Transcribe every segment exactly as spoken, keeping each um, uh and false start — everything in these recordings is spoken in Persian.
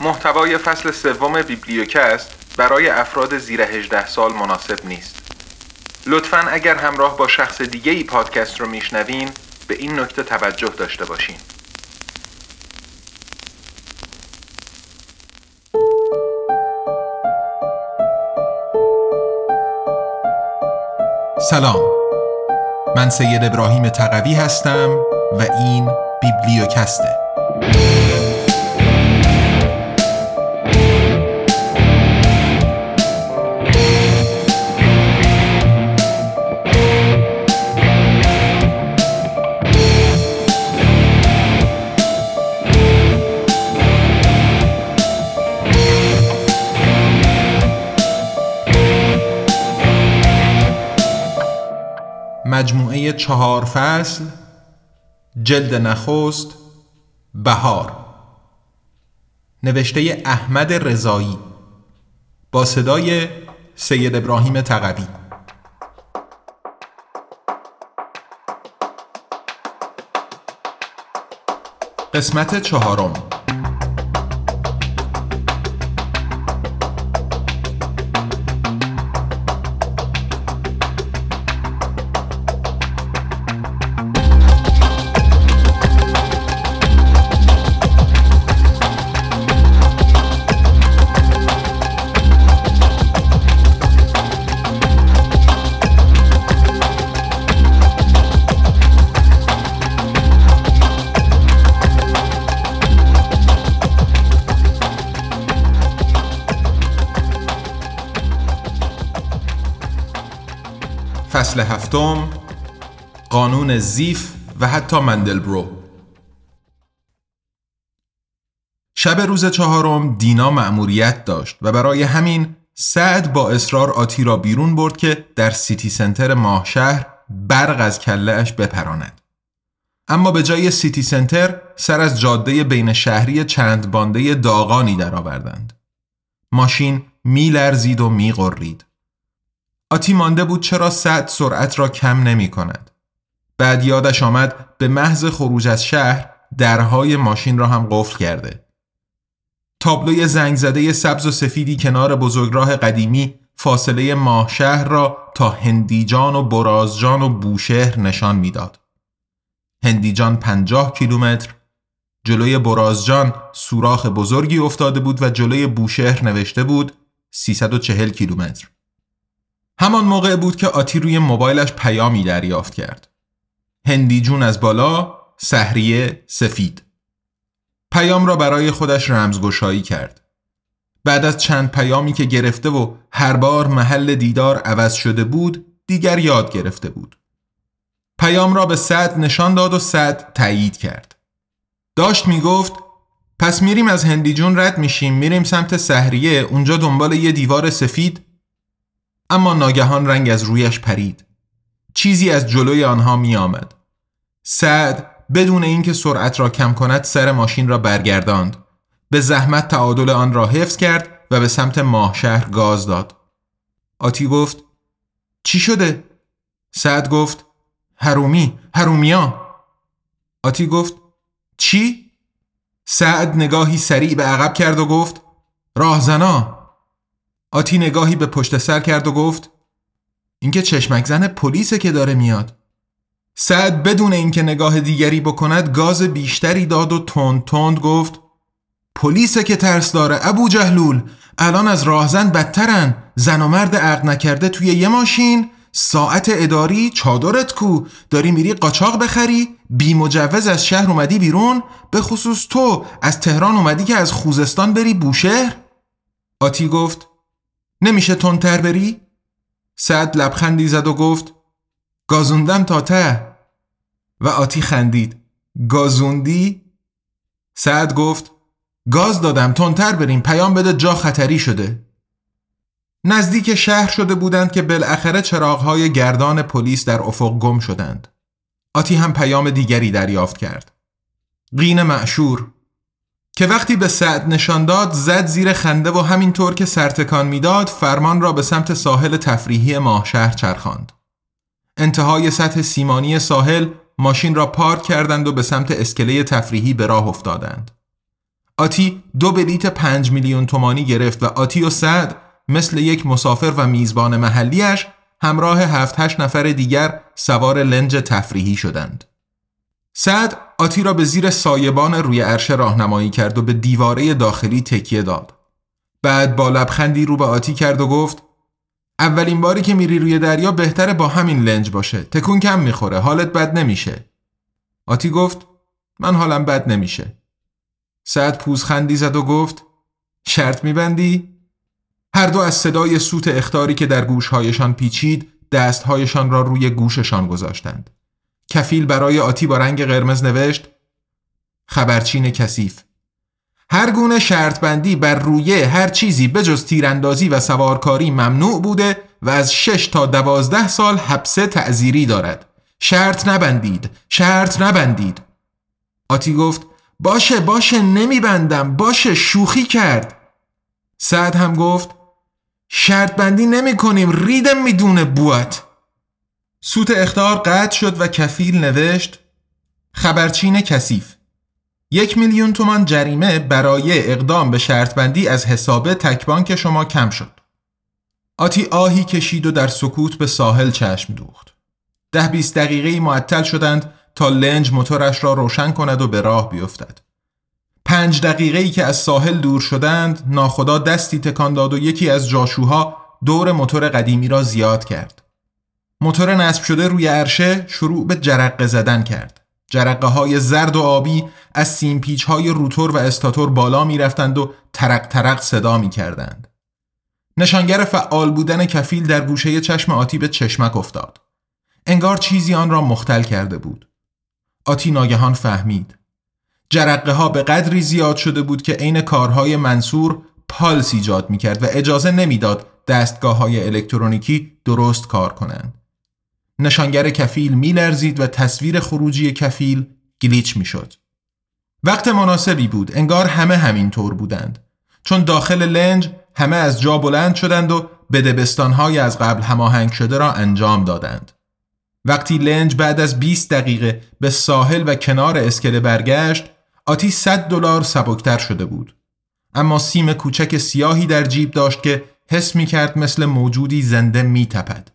محتوای فصل سوم بیبلیوکست برای افراد زیر هجده سال مناسب نیست. لطفاً اگر همراه با شخص دیگه ای پادکست رو میشنوین به این نکته توجه داشته باشین. سلام، من سید ابراهیم تقوی هستم و این بیبلیوکسته. مجموعه چهار فصل، جلد نخست، بهار، نوشته احمد رضایی، با صدای سید ابراهیم تقوی. قسمت چهارم. فصل هفتم، قانون زیف و حتی مندلبرو. شب روز چهارم دینا مأموریت داشت و برای همین سعد با اصرار آتی را بیرون برد که در سیتی سنتر ماهشهر برق از کله اش بپراند. اما به جای سیتی سنتر سر از جاده بین شهری چند بانده داغانی در آوردند. ماشین می لرزید و می غرید. آتی مانده بود چرا سعد سرعت را کم نمی کند. بعد یادش آمد به محض خروج از شهر درهای ماشین را هم قفل کرده. تابلوی زنگ زده سبز و سفیدی کنار بزرگراه قدیمی فاصله ماهشهر را تا هندیجان و برازجان و بوشهر نشان میداد. هندیجان پنجاه کیلومتر، جلوی برازجان سوراخ بزرگی افتاده بود و جلوی بوشهر نوشته بود سیصد و چهل کیلومتر. همان موقع بود که آتی روی موبایلش پیامی دریافت کرد. هندیجون از بالا، سحریه سفید. پیام را برای خودش رمزگشایی کرد. بعد از چند پیامی که گرفته و هر بار محل دیدار عوض شده بود، دیگر یاد گرفته بود. پیام را به سعد نشان داد و سعد تایید کرد. داشت می گفت پس میریم از هندیجون رد میشیم، میریم سمت سحریه، اونجا دنبال یه دیوار سفید. اما ناگهان رنگ از رویش پرید. چیزی از جلوی آنها می آمد. سعد بدون اینکه سرعت را کم کند سر ماشین را برگرداند. به زحمت تعادل آن را حفظ کرد و به سمت ماهشهر گاز داد. آتی گفت چی شده؟ سعد گفت هرومی، هرومیا. آتی گفت چی؟ سعد نگاهی سریع به عقب کرد و گفت راهزنا. آتی نگاهی به پشت سر کرد و گفت اینکه چشمک زن پلیسه که داره میاد. سعد بدون اینکه نگاه دیگری بکند گاز بیشتری داد و تند تند گفت پلیسه که ترس داره ابو جهلول، الان از راهزن بدترن، زن و مرد عقل نکرده توی یه ماشین، ساعت اداری، چادرت کو، داری میری قاچاق بخری، بی مجوز از شهر اومدی بیرون، به خصوص تو از تهران اومدی که از خوزستان بری بوشهر. آتی گفت نمیشه تندتر بری؟ سعد لبخندی زد و گفت گازوندم تا ته. و آتی خندید. گازوندی؟ سعد گفت گاز دادم، تندتر بریم، پیام بده جا خطری شده. نزدیک شهر شده بودند که بالاخره چراغ‌های گردان پلیس در افق گم شدند. آتی هم پیام دیگری دریافت کرد. قین معشور که وقتی به سعد نشان داد زد زیر خنده و همینطور که سرتکان میداد فرمان را به سمت ساحل تفریحی ماهشهر چرخاند. انتهای سطح سیمانی ساحل ماشین را پارک کردند و به سمت اسکله تفریحی به راه افتادند. آتی دو بلیت پنج میلیون تومانی گرفت و آتی و سعد مثل یک مسافر و میزبان محلیش همراه هفت هشت نفر دیگر سوار لنج تفریحی شدند. سعد آتی را به زیر سایبان روی عرشه راهنمایی کرد و به دیواره داخلی تکیه داد. بعد با لبخندی رو به آتی کرد و گفت اولین باری که میری روی دریا بهتره با همین لنج باشه. تکون کم میخوره، حالت بد نمیشه. آتی گفت من حالم بد نمیشه. سعد پوزخندی زد و گفت شرط میبندی؟ هر دو از صدای سوت اخطاری که در گوشهایشان پیچید دستهایشان را روی گوششان گذاشتند. کفیل برای آتی با رنگ قرمز نوشت خبرچین کثیف. هر گونه شرط بندی بر رویه هر چیزی بجز تیراندازی و سوارکاری ممنوع بوده و از شش تا دوازده سال حبس تعزیری دارد. شرط نبندید، شرط نبندید. آتی گفت باشه باشه نمیبندم، باشه شوخی کرد. سعد هم گفت شرط بندی نمی کنیم، ریدم میدونه بوات. سوت اخطار قطع شد و کفیل نوشت خبرچین کثیف. یک میلیون تومان جریمه برای اقدام به شرط بندی از حساب تک بانک شما کم شد. آتی آهی کشید و در سکوت به ساحل چشم دوخت. ده بیست دقیقه‌ای معطل شدند تا لنج موتورش را روشن کند و به راه بیفتد. پنج دقیقه‌ای که از ساحل دور شدند ناخدا دستی تکان داد و یکی از جاشوها دور موتور قدیمی را زیاد کرد. موتور نصب شده روی عرشه شروع به جرقه زدن کرد. جرقه های زرد و آبی از سیم پیچ های روتور و استاتور بالا می رفتند و ترق ترق صدا می کردند. نشانگر فعال بودن کفیل در گوشه چشم آتی به چشمک افتاد. انگار چیزی آن را مختل کرده بود. آتی ناگهان فهمید. جرقه ها به قدری زیاد شده بود که عین کارهای منصور پالس ایجاد می کرد و اجازه نمی داد دستگاه های الکترونیکی درست کار کنند. نشانگر کفیل می لرزید و تصویر خروجی کفیل گلیچ می شد. وقت مناسبی بود، انگار همه همین طور بودند. چون داخل لنج همه از جا بلند شدند و بدبستان‌های از قبل هماهنگ شده را انجام دادند. وقتی لنج بعد از بیست دقیقه به ساحل و کنار اسکله برگشت، آتی صد دلار سبکتر شده بود. اما سیم کوچک سیاهی در جیب داشت که حس می کرد مثل موجودی زنده می تپد.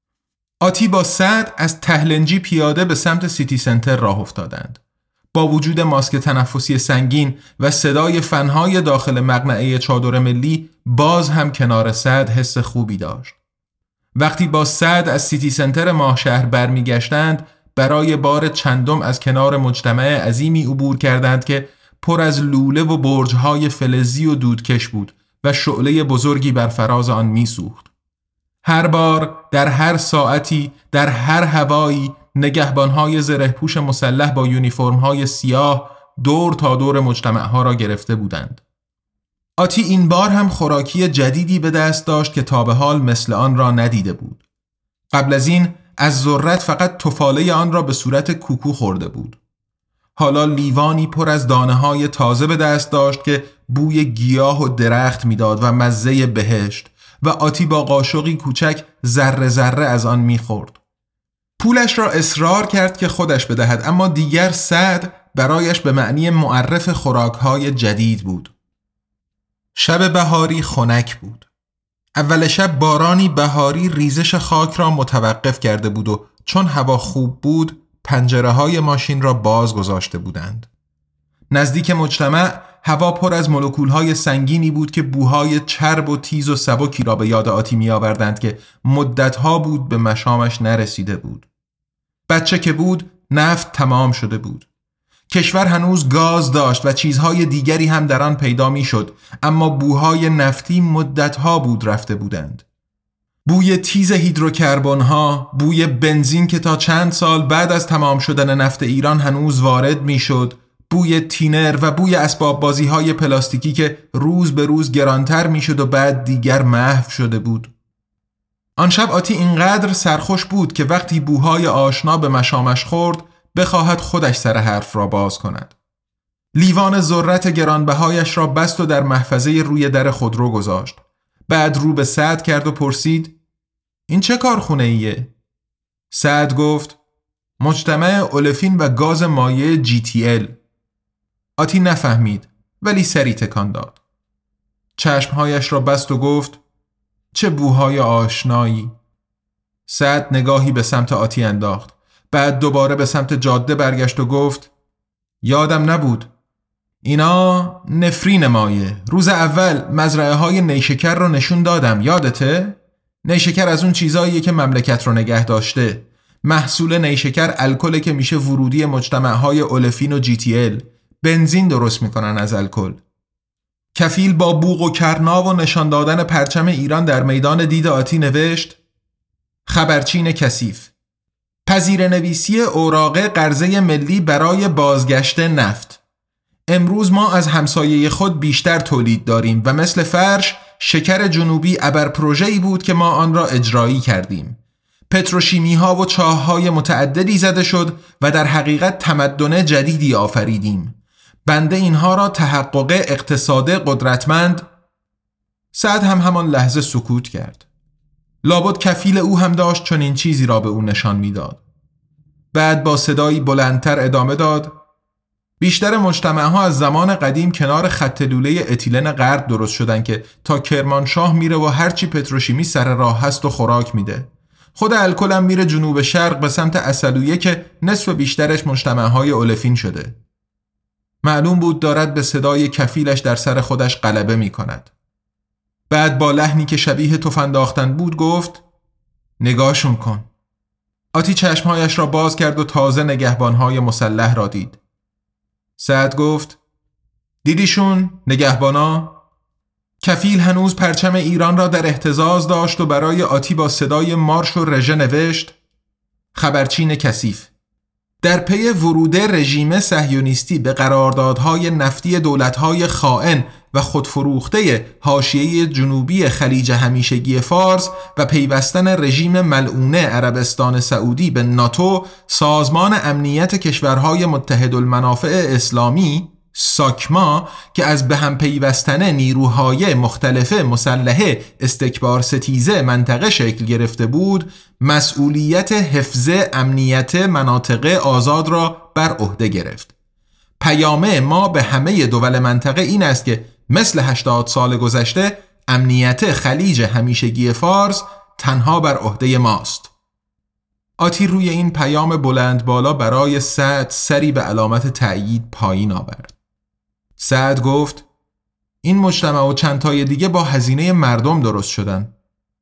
آتی با سعد از تهلنجی پیاده به سمت سیتی سنتر راه افتادند. با وجود ماسک تنفسی سنگین و صدای فنهای داخل مقنعه چادر ملی باز هم کنار سعد حس خوبی داشت. وقتی با سعد از سیتی سنتر ماهشهر برمیگشتند برای بار چندم از کنار مجتمع عظیمی عبور کردند که پر از لوله و برج‌های فلزی و دودکش بود و شعله بزرگی بر فراز آن می‌سوخت. هر بار در هر ساعتی در هر هوایی نگهبان‌های زره‌پوش مسلح با یونیفرم‌های سیاه دور تا دور مجتمع‌ها را گرفته بودند. آتی این بار هم خوراکی جدیدی به دست داشت که تا به حال مثل آن را ندیده بود. قبل از این از ذرت فقط تفاله آن را به صورت کوکو خورده بود. حالا لیوانی پر از دانه‌های تازه به دست داشت که بوی گیاه و درخت میداد و مزه بهشت و آتی با قاشقی کوچک ذره ذره از آن می‌خورد. پولش را اصرار کرد که خودش بدهد، اما دیگر سعد برایش به معنی معرف خوراک‌های جدید بود. شب بهاری خنک بود. اول شب بارانی بهاری ریزش خاک را متوقف کرده بود و چون هوا خوب بود پنجره‌های ماشین را باز گذاشته بودند. نزدیک مجتمع هوا پر از مولکول‌های سنگینی بود که بوهای چرب و تیز و سبکی را به یاد آتی می‌آوردند که مدت‌ها بود به مشامش نرسیده بود. بچه که بود نفت تمام شده بود. کشور هنوز گاز داشت و چیزهای دیگری هم در آن پیدا می‌شد، اما بوهای نفتی مدت‌ها بود رفته بودند. بوی تیز هیدروکربن‌ها، بوی بنزین که تا چند سال بعد از تمام شدن نفت ایران هنوز وارد می‌شد، بوی تینر و بوی اسباب بازی‌های پلاستیکی که روز به روز گرانتر می‌شد و بعد دیگر محو شده بود. آن شب آتی اینقدر سرخوش بود که وقتی بوهای آشنا به مشامش خورد بخواهد خودش سر حرف را باز کند. لیوان ذرت گرانبهایش را بست و در محفظه روی در خودرو گذاشت. بعد رو به سعد کرد و پرسید این چه کارخونه ایه؟ سعد گفت مجتمع اولفین و گاز مایع جی تی ال. آتی نفهمید ولی سری تکان داد. چشمهایش را بست و گفت چه بوهای آشنایی. سعد نگاهی به سمت آتی انداخت. بعد دوباره به سمت جاده برگشت و گفت یادم نبود. اینا نفرین مایه. روز اول مزرعه های نیشکر رو نشون دادم، یادته؟ نیشکر از اون چیزاییه که مملکت رو نگه داشته. محصول نیشکر الکل که میشه ورودی مجتمع های اولفین و جی تی ال. بنزین درست میکنن از الکل. کفیل با بوق و کرناو و نشان دادن پرچم ایران در میدان دید آتی نوشت خبرچین کثیف. پذیرنویسی اوراق قرضه ملی برای بازگشت نفت. امروز ما از همسایه خود بیشتر تولید داریم و مثل فرش شکر جنوبی ابر پروژه‌ای بود که ما آن را اجرایی کردیم. پتروشیمی ها و چاه های متعددی زده شد و در حقیقت تمدن جدیدی آفریدیم. بنده اینها را تحقق اقتصاد قدرتمند. سعد هم همان لحظه سکوت کرد. لابد کفیل او هم داشت چون این چیزی را به او نشان میداد. بعد با صدایی بلندتر ادامه داد بیشتر مجتمعها از زمان قدیم کنار خط لوله اتیلن غرب درست شدن که تا کرمانشاه میره و هرچی پتروشیمی سر راه هست و خوراک میده. خود الکل هم میره جنوب شرق به سمت عسلویه که نصف بیشترش مجتمعهای اولفین شده. معلوم بود دارد به صدای کفیلش در سر خودش غلبه میکند. بعد با لحنی که شبیه تف انداختن بود گفت نگاهشون کن. آتی چشمهایش را باز کرد و تازه نگهبانهای مسلح را دید. سعد گفت دیدیشون نگهبانا؟ کفیل هنوز پرچم ایران را در اهتزاز داشت و برای آتی با صدای مارش و رژه نوشت خبرچین کثیف. در پی ورود رژیم صهیونیستی به قراردادهای نفتی دولتهای خائن و خودفروخته حاشیه جنوبی خلیج همیشگی فارس و پیوستن رژیم ملعونه عربستان سعودی به ناتو، سازمان امنیت کشورهای متحدالمنافع اسلامی ساکما که از به هم پیوستن نیروهای مختلف مسلحه استکبار ستیزه منطقه شکل گرفته بود، مسئولیت حفظ امنیت مناطق آزاد را بر عهده گرفت. پیامه ما به همه دول منطقه این است که مثل هشتاد سال گذشته امنیت خلیج همیشگی فارس تنها بر عهده ماست. آتی روی این پیام بلند بالا برای سعد سری به علامت تأیید پایین آورد. سعد گفت این مجتمع و چند تای دیگه با هزینه مردم درست شدن.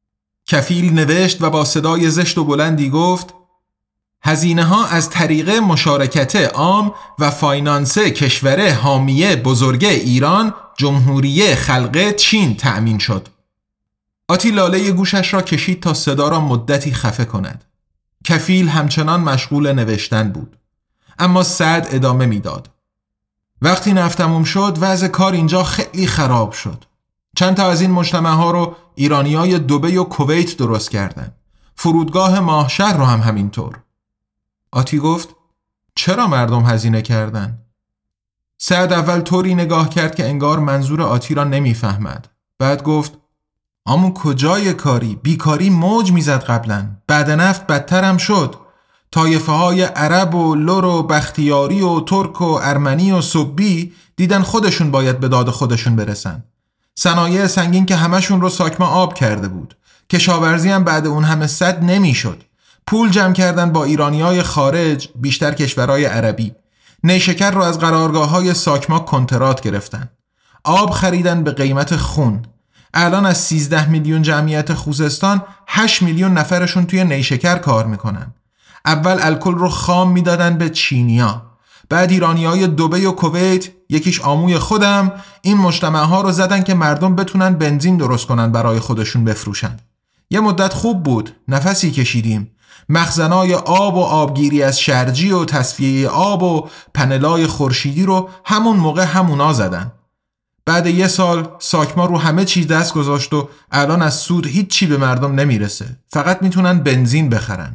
کفیل نوشت و با صدای زشت و بلندی گفت هزینه ها از طریق مشارکت عام و فاینانس کشور حامیه بزرگ ایران جمهوری خلق چین تأمین شد. آتی لاله گوشش را کشید تا صدا را مدتی خفه کند. کفیل همچنان مشغول نوشتن بود. اما سعد ادامه میداد. وقتی نفت تموم شد وضع کار اینجا خیلی خراب شد. چند تا از این مجتمع ها رو ایرانیای دبی و کویت درست کردن. فرودگاه ماهشهر رو هم همینطور. آتی گفت چرا مردم هزینه کردن؟ سعد اول طوری نگاه کرد که انگار منظور آتی را نمیفهمد. بعد گفت آمون کجای کاری؟ بیکاری موج میزد قبلا. بعد نفت بدتر هم شد. طایفه های عرب و لور و بختیاری و ترک و ارمنی و سبی دیدن خودشون باید به داد خودشون برسن. صنایع سنگین که همشون رو ساکما آب کرده بود. کشاورزی هم بعد اون همه صد نمیشد. پول جمع کردن با ایرانیای خارج، بیشتر کشورهای عربی. نیشکر رو از قرارگاه‌های ساکما کنترات گرفتن. آب خریدن به قیمت خون. الان از سیزده میلیون جمعیت خوزستان هشت میلیون نفرشون توی نیشکر کار میکنن. اول الکل رو خام میدادن به چینیا. بعد ایرانیای دبی و کویت، یکیش آموی خودم، این مجتمع ها رو زدن که مردم بتونن بنزین درست کنن برای خودشون بفروشن. یه مدت خوب بود، نفسی کشیدیم. مخزنای آب و آبگیری از شرجی و تصفیه آب و پنلای خورشیدی رو همون موقع همونا زدن. بعد یه سال ساکما رو همه چیز دست گذاشت و الان از سود هیچ چی به مردم نمیرسه. فقط میتونن بنزین بخرن.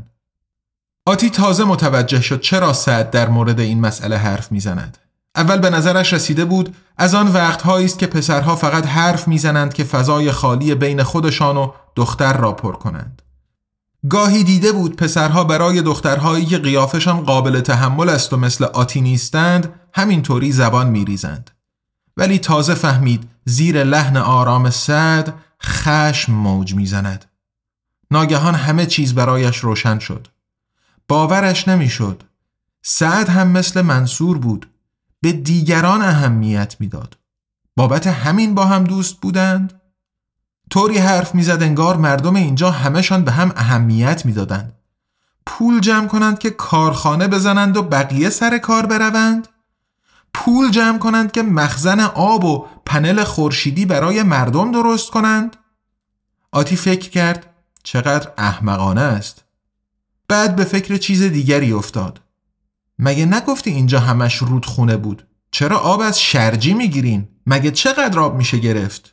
آتی تازه متوجه شد چرا سعد در مورد این مسئله حرف میزند. اول به نظرش رسیده بود از آن وقتهایی است که پسرها فقط حرف میزنند که فضای خالی بین خودشان و دختر را پر کنند. گاهی دیده بود پسرها برای دخترهایی که قیافشان قابل تحمل است و مثل آتی نیستند همینطوری زبان میریزند. ولی تازه فهمید زیر لحن آرام سعد خشم موج میزند. ناگهان همه چیز برایش روشن شد. باورش نمیشد. سعد هم مثل منصور بود. به دیگران اهمیت میداد. بابت همین با هم دوست بودند؟ طوری حرف میزد انگار مردم اینجا همه‌شان به هم اهمیت میدادند. پول جمع کنند که کارخانه بزنند و بقیه سر کار بروند؟ پول جمع کنند که مخزن آب و پنل خورشیدی برای مردم درست کنند؟ آتی فکر کرد چقدر احمقانه است. بعد به فکر چیز دیگری افتاد. مگه نگفتی اینجا همش رودخونه بود؟ چرا آب از شرجی میگیرین؟ مگه چقدر آب میشه گرفت؟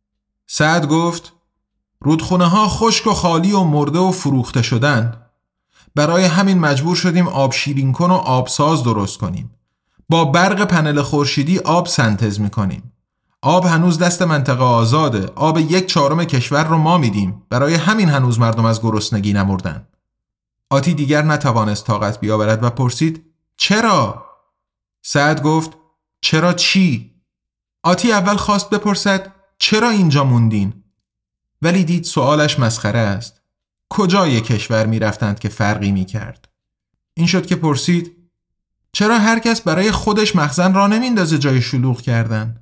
سعد گفت رودخونه ها خشک و خالی و مرده و فروخته شدن. برای همین مجبور شدیم آب شیرین کن و آبساز درست کنیم. با برق پنل خورشیدی آب سنتز میکنیم. آب هنوز دست منطقه آزاده. آب یک چهارم کشور رو ما میدیم. برای همین هنوز مردم از گرسنگی نمردن. آتی دیگر نتوانست طاقت بیاورد و پرسید چرا؟ سعد گفت چرا چی؟ آتی اول خواست بپرسد چرا اینجا موندین؟ ولی دید سوالش مسخره است. کجای کشور می رفتند که فرقی می کرد؟ این شد که پرسید چرا هر کس برای خودش مخزن را نمیندازه جای شلوغ کردن؟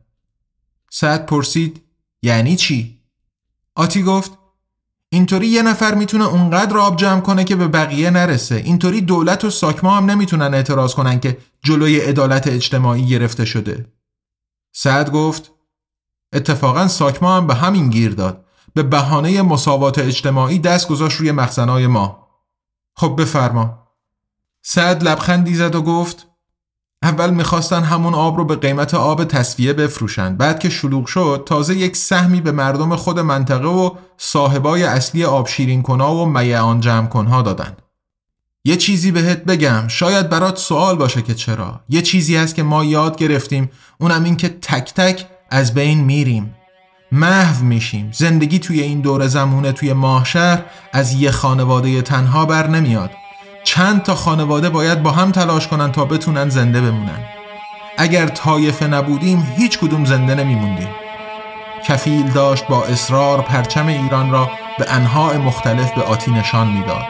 سعد پرسید یعنی چی؟ آتی گفت اینطوری یه نفر میتونه اونقدر آب جمع کنه که به بقیه نرسه. اینطوری دولت و ساکما هم نمیتونن اعتراض کنن که جلوی عدالت اجتماعی گرفته شده. سعد گفت اتفاقا ساکما هم به همین گیر داد. به بهانه مساوات اجتماعی دست گذاشت روی مخزنای ما. خب بفرما. سعد لبخندی زد و گفت اول میخواستن همون آب رو به قیمت آب تصفیه بفروشن. بعد که شلوغ شد تازه یک سهمی به مردم خود منطقه و صاحبای اصلی آب شیرین کنها و میعان جمع کنها دادن. یه چیزی بهت بگم، شاید برات سوال باشه که چرا. یه چیزی هست که ما یاد گرفتیم، اونم این که تک تک از بین میریم، محو میشیم. زندگی توی این دور زمونه توی ماهشهر از یه خانواده تنها بر نمیاد. چند تا خانواده باید با هم تلاش کنن تا بتونن زنده بمونن. اگر طایفه نبودیم هیچ کدوم زنده نمیموندیم. کفیل داشت با اصرار پرچم ایران را به انواع مختلف به آتی نشان میداد.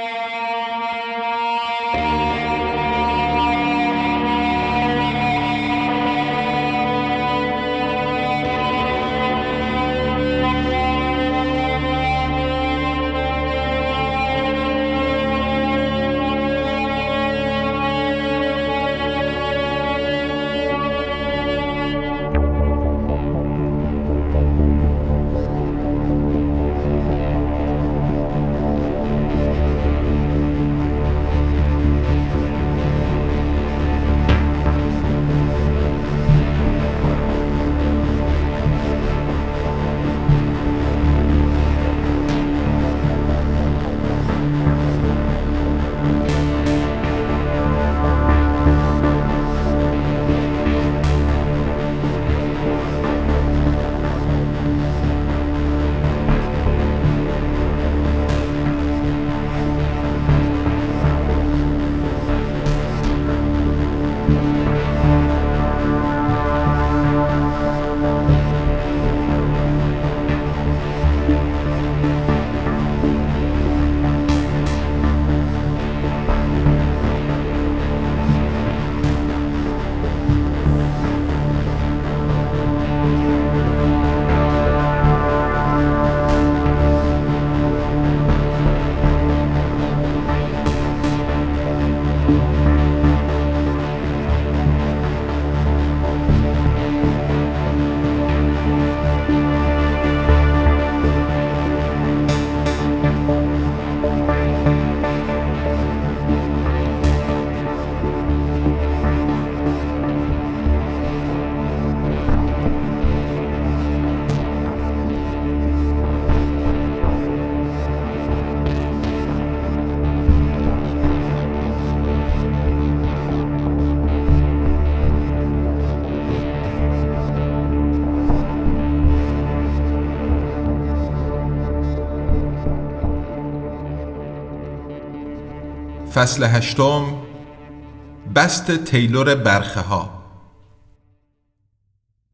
فصل هشتم، بست تیلور برخه ها.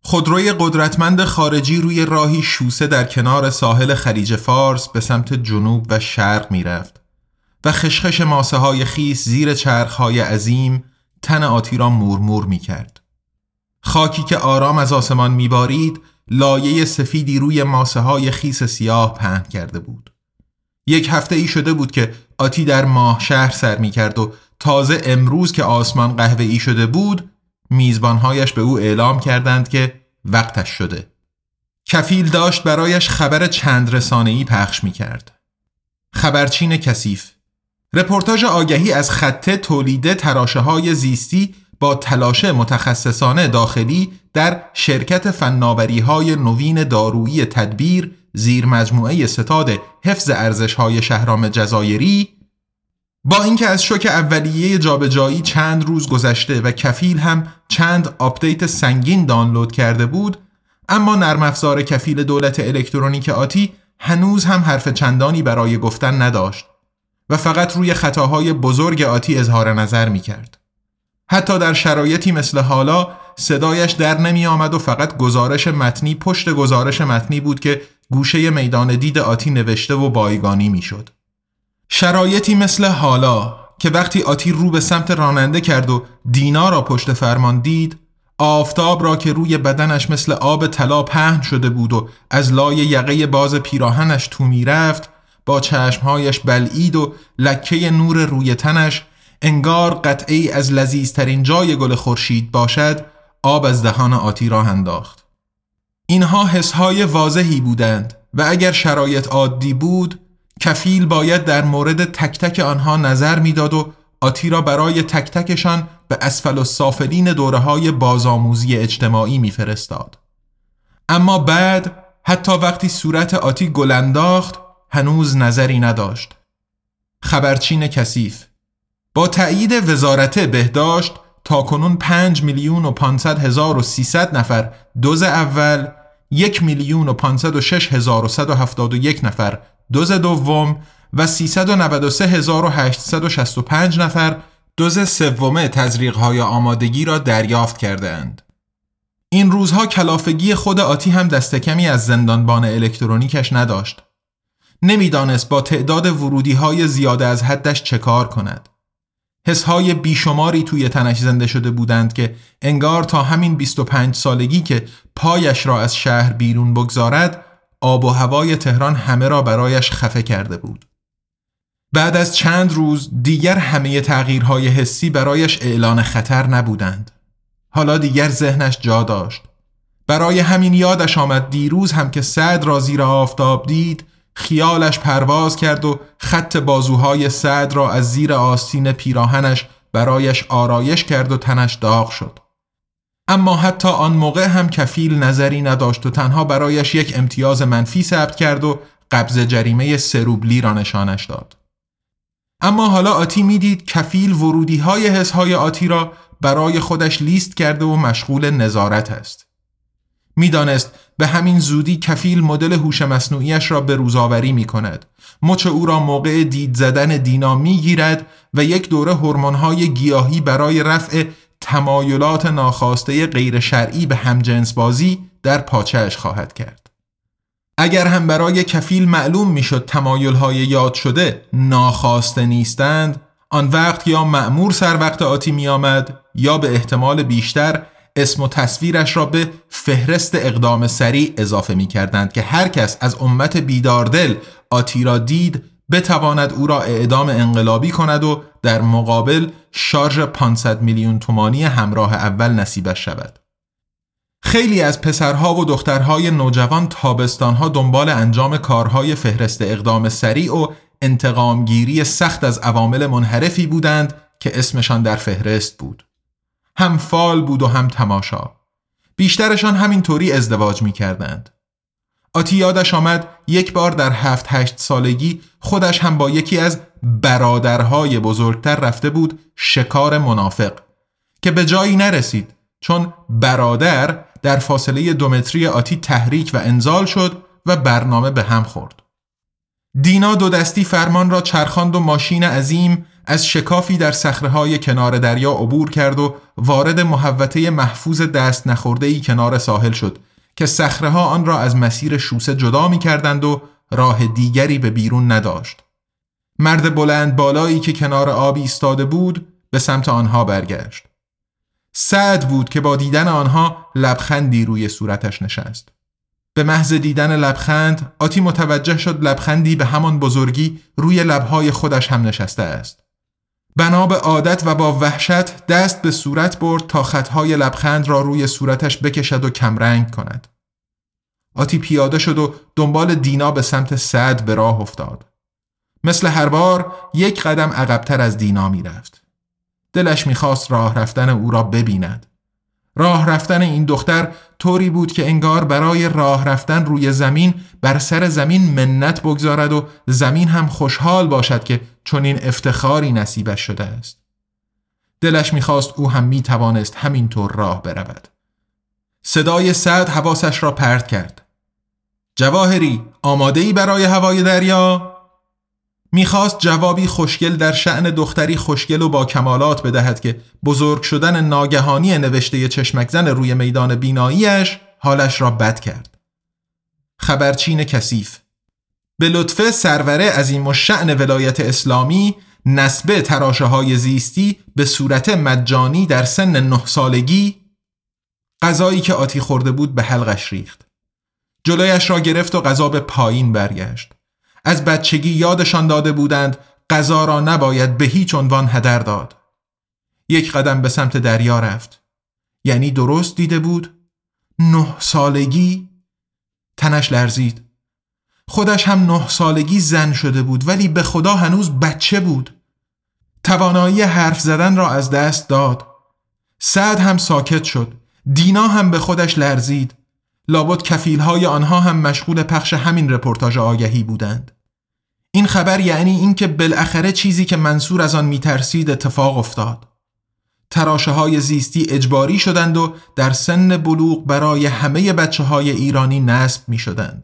خودروی قدرتمند خارجی روی راهی شوسه در کنار ساحل خلیج فارس به سمت جنوب و شرق می رفت و خشخش ماسه های خیس زیر چرخ های عظیم تن آتی را مورمور می کرد. خاکی که آرام از آسمان می بارید لایه سفیدی روی ماسه های خیس سیاه پهن کرده بود. یک هفته ای شده بود که آتی در ماه شهر سر می کرد و تازه امروز که آسمان قهوه ای شده بود میزبانهایش به او اعلام کردند که وقتش شده. کفیل داشت برایش خبر چند رسانه‌ای پخش می کرد. خبرچین کثیف. رپورتاژ آگهی از خط تولید تراشه‌های زیستی با تلاش متخصصانه داخلی در شرکت فناوری‌های نوین دارویی تدبیر زیر مجموعه ستاد حفظ ارزش‌های شهرام جزایری. با اینکه از شوک اولیه جابجایی چند روز گذشته و کفیل هم چند آپدیت سنگین دانلود کرده بود، اما نرم افزار کفیل دولت الکترونیک آتی هنوز هم حرف چندانی برای گفتن نداشت و فقط روی خطاهای بزرگ آتی اظهار نظر می کرد. حتی در شرایطی مثل حالا صدایش در نمی آمد و فقط گزارش متنی پشت گزارش متنی بود که گوشه میدان دید آتی نوشته و بایگانی می شد. شرایطی مثل حالا که وقتی آتی رو به سمت راننده کرد و دینا را پشت فرمان دید، آفتاب را که روی بدنش مثل آب طلا پهن شده بود و از لای یقه باز پیراهنش تو می رفت، با چشمهایش بلعید و لکه نور روی تنش انگار قطعی از لذیذترین جای گل خورشید باشد، آب از دهان آتی را انداخت. اینها حسهای واضحی بودند و اگر شرایط عادی بود کفیل باید در مورد تک تک آنها نظر میداد و آتی را برای تک تکشان به اسفل السافلین دوره‌های بازآموزی اجتماعی میفرستاد. اما بعد حتی وقتی صورت آتی گل انداخت هنوز نظری نداشت. خبرچین کثیف. با تأیید وزارت بهداشت تاکنون پنج میلیون و پانصد هزار و سیصد نفر دوز اول، یک میلیون و پانصد و شش هزار و صد و هفتاد و یک نفر دوز دوم و سیصد و نود و سه هزار و هشتصد و شصت و پنج نفر دوز سوم تزریق‌های آمادگی را دریافت کردند. این روزها کلافگی خود آتی هم دست کمی از زندانبان الکترونیکش نداشت. نمیدانست با تعداد ورودی‌های زیاده از حدش چه کار کند. حسهای بیشماری توی تنش زنده شده بودند که انگار تا همین بیست و پنج سالگی که پایش را از شهر بیرون بگذارد، آب و هوای تهران همه را برایش خفه کرده بود. بعد از چند روز دیگر همه تغییرهای حسی برایش اعلان خطر نبودند. حالا دیگر ذهنش جا داشت. برای همین یادش آمد دیروز هم که سعد را زیر آفتاب دید، خیالش پرواز کرد و خط بازوهای سعد را از زیر آستین پیراهنش برایش آرایش کرد و تنش داغ شد. اما حتی آن موقع هم کفیل نظری نداشت و تنها برایش یک امتیاز منفی ثبت کرد و قبض جریمه سه روبلی را نشانش داد. اما حالا آتی میدید کفیل ورودی‌های حسهای آتی را برای خودش لیست کرده و مشغول نظارت است. میدانست به همین زودی کفیل مدل هوش مصنوعیش را به روزآوری می کند. مچ او را موقع دید زدن دینا می گیرد و یک دوره هورمون‌های گیاهی برای رفع تمایلات ناخواسته غیر شرعی به همجنس بازی در پاچه‌اش خواهد کرد. اگر هم برای کفیل معلوم میشد تمایل‌های یاد شده ناخواسته نیستند، آن وقت یا مأمور سر وقت آتی می آمد یا به احتمال بیشتر اسم و تصویرش را به فهرست اقدام سریع اضافه می کردند که هر کس از امت بیداردل آتی را دید بتواند او را اعدام انقلابی کند و در مقابل شارژ پانصد میلیون تومانی همراه اول نصیبش شود. خیلی از پسرها و دخترهای نوجوان تابستانها دنبال انجام کارهای فهرست اقدام سریع و انتقامگیری سخت از عوامل منحرفی بودند که اسمشان در فهرست بود. هم فال بود و هم تماشا. بیشترشان همینطوری ازدواج می کردند. آتی یادش آمد یک بار در هفت هشت سالگی خودش هم با یکی از برادرهای بزرگتر رفته بود شکار منافق که به جایی نرسید، چون برادر در فاصله دو متری آتی تحریک و انزال شد و برنامه به هم خورد. دینا دو دستی فرمان را چرخاند و ماشین عظیم از شکافی در صخره‌های کنار دریا عبور کرد و وارد محوطه محفوظ دست نخورده‌ای کنار ساحل شد که صخره‌ها آن را از مسیر شوسه جدا می‌کردند و راه دیگری به بیرون نداشت. مرد بلند بالایی که کنار آب ایستاده بود به سمت آنها برگشت. سعد بود که با دیدن آنها لبخندی روی صورتش نشست. به محض دیدن لبخند آتی متوجه شد لبخندی به همان بزرگی روی لبهای خودش هم نشسته است. بنا به عادت و با وحشت دست به صورت برد تا خطهای لبخند را روی صورتش بکشد و کمرنگ کند. آتی پیاده شد و دنبال دینا به سمت سعد به راه افتاد. مثل هر بار یک قدم عقب‌تر از دینا می رفت. دلش می خواست راه رفتن او را ببیند. راه رفتن این دختر طوری بود که انگار برای راه رفتن روی زمین بر سر زمین منت بگذارد و زمین هم خوشحال باشد که چنین افتخاری نصیبش شده است. دلش می‌خواست او هم می‌توانست همینطور راه برود. صدای سعد حواسش را پرت کرد. جواهری، آماده‌ای برای هوای دریا؟ میخواست جوابی خوشگل در شأن دختری خوشگل و با کمالات بدهد که بزرگ شدن ناگهانی نوشته چشمک زن روی میدان بیناییش حالش را بد کرد. خبرچین کثیف: به لطف سروره عظیم الشأن ولایت اسلامی نسبه تراشه های زیستی به صورت مجانی در سن نه سالگی. غذایی که آتی خورده بود به حلقش ریخت. جلویش را گرفت و غذا به پایین برگشت. از بچگی یادشان داده بودند غذا را نباید به هیچ عنوان هدر داد. یک قدم به سمت دریا رفت. یعنی درست دیده بود؟ نه سالگی؟ تنش لرزید. خودش هم نه سالگی زن شده بود ولی به خدا هنوز بچه بود. توانایی حرف زدن را از دست داد. سعد هم ساکت شد. دینا هم به خودش لرزید. لابد کفیل‌های آنها هم مشغول پخش همین رپورتاژ آگهی بودند. این خبر یعنی این که بالاخره چیزی که منصور از آن می‌ترسید اتفاق افتاد. تراشه‌های زیستی اجباری شدند و در سن بلوغ برای همه بچه‌های ایرانی نصب می‌شدند.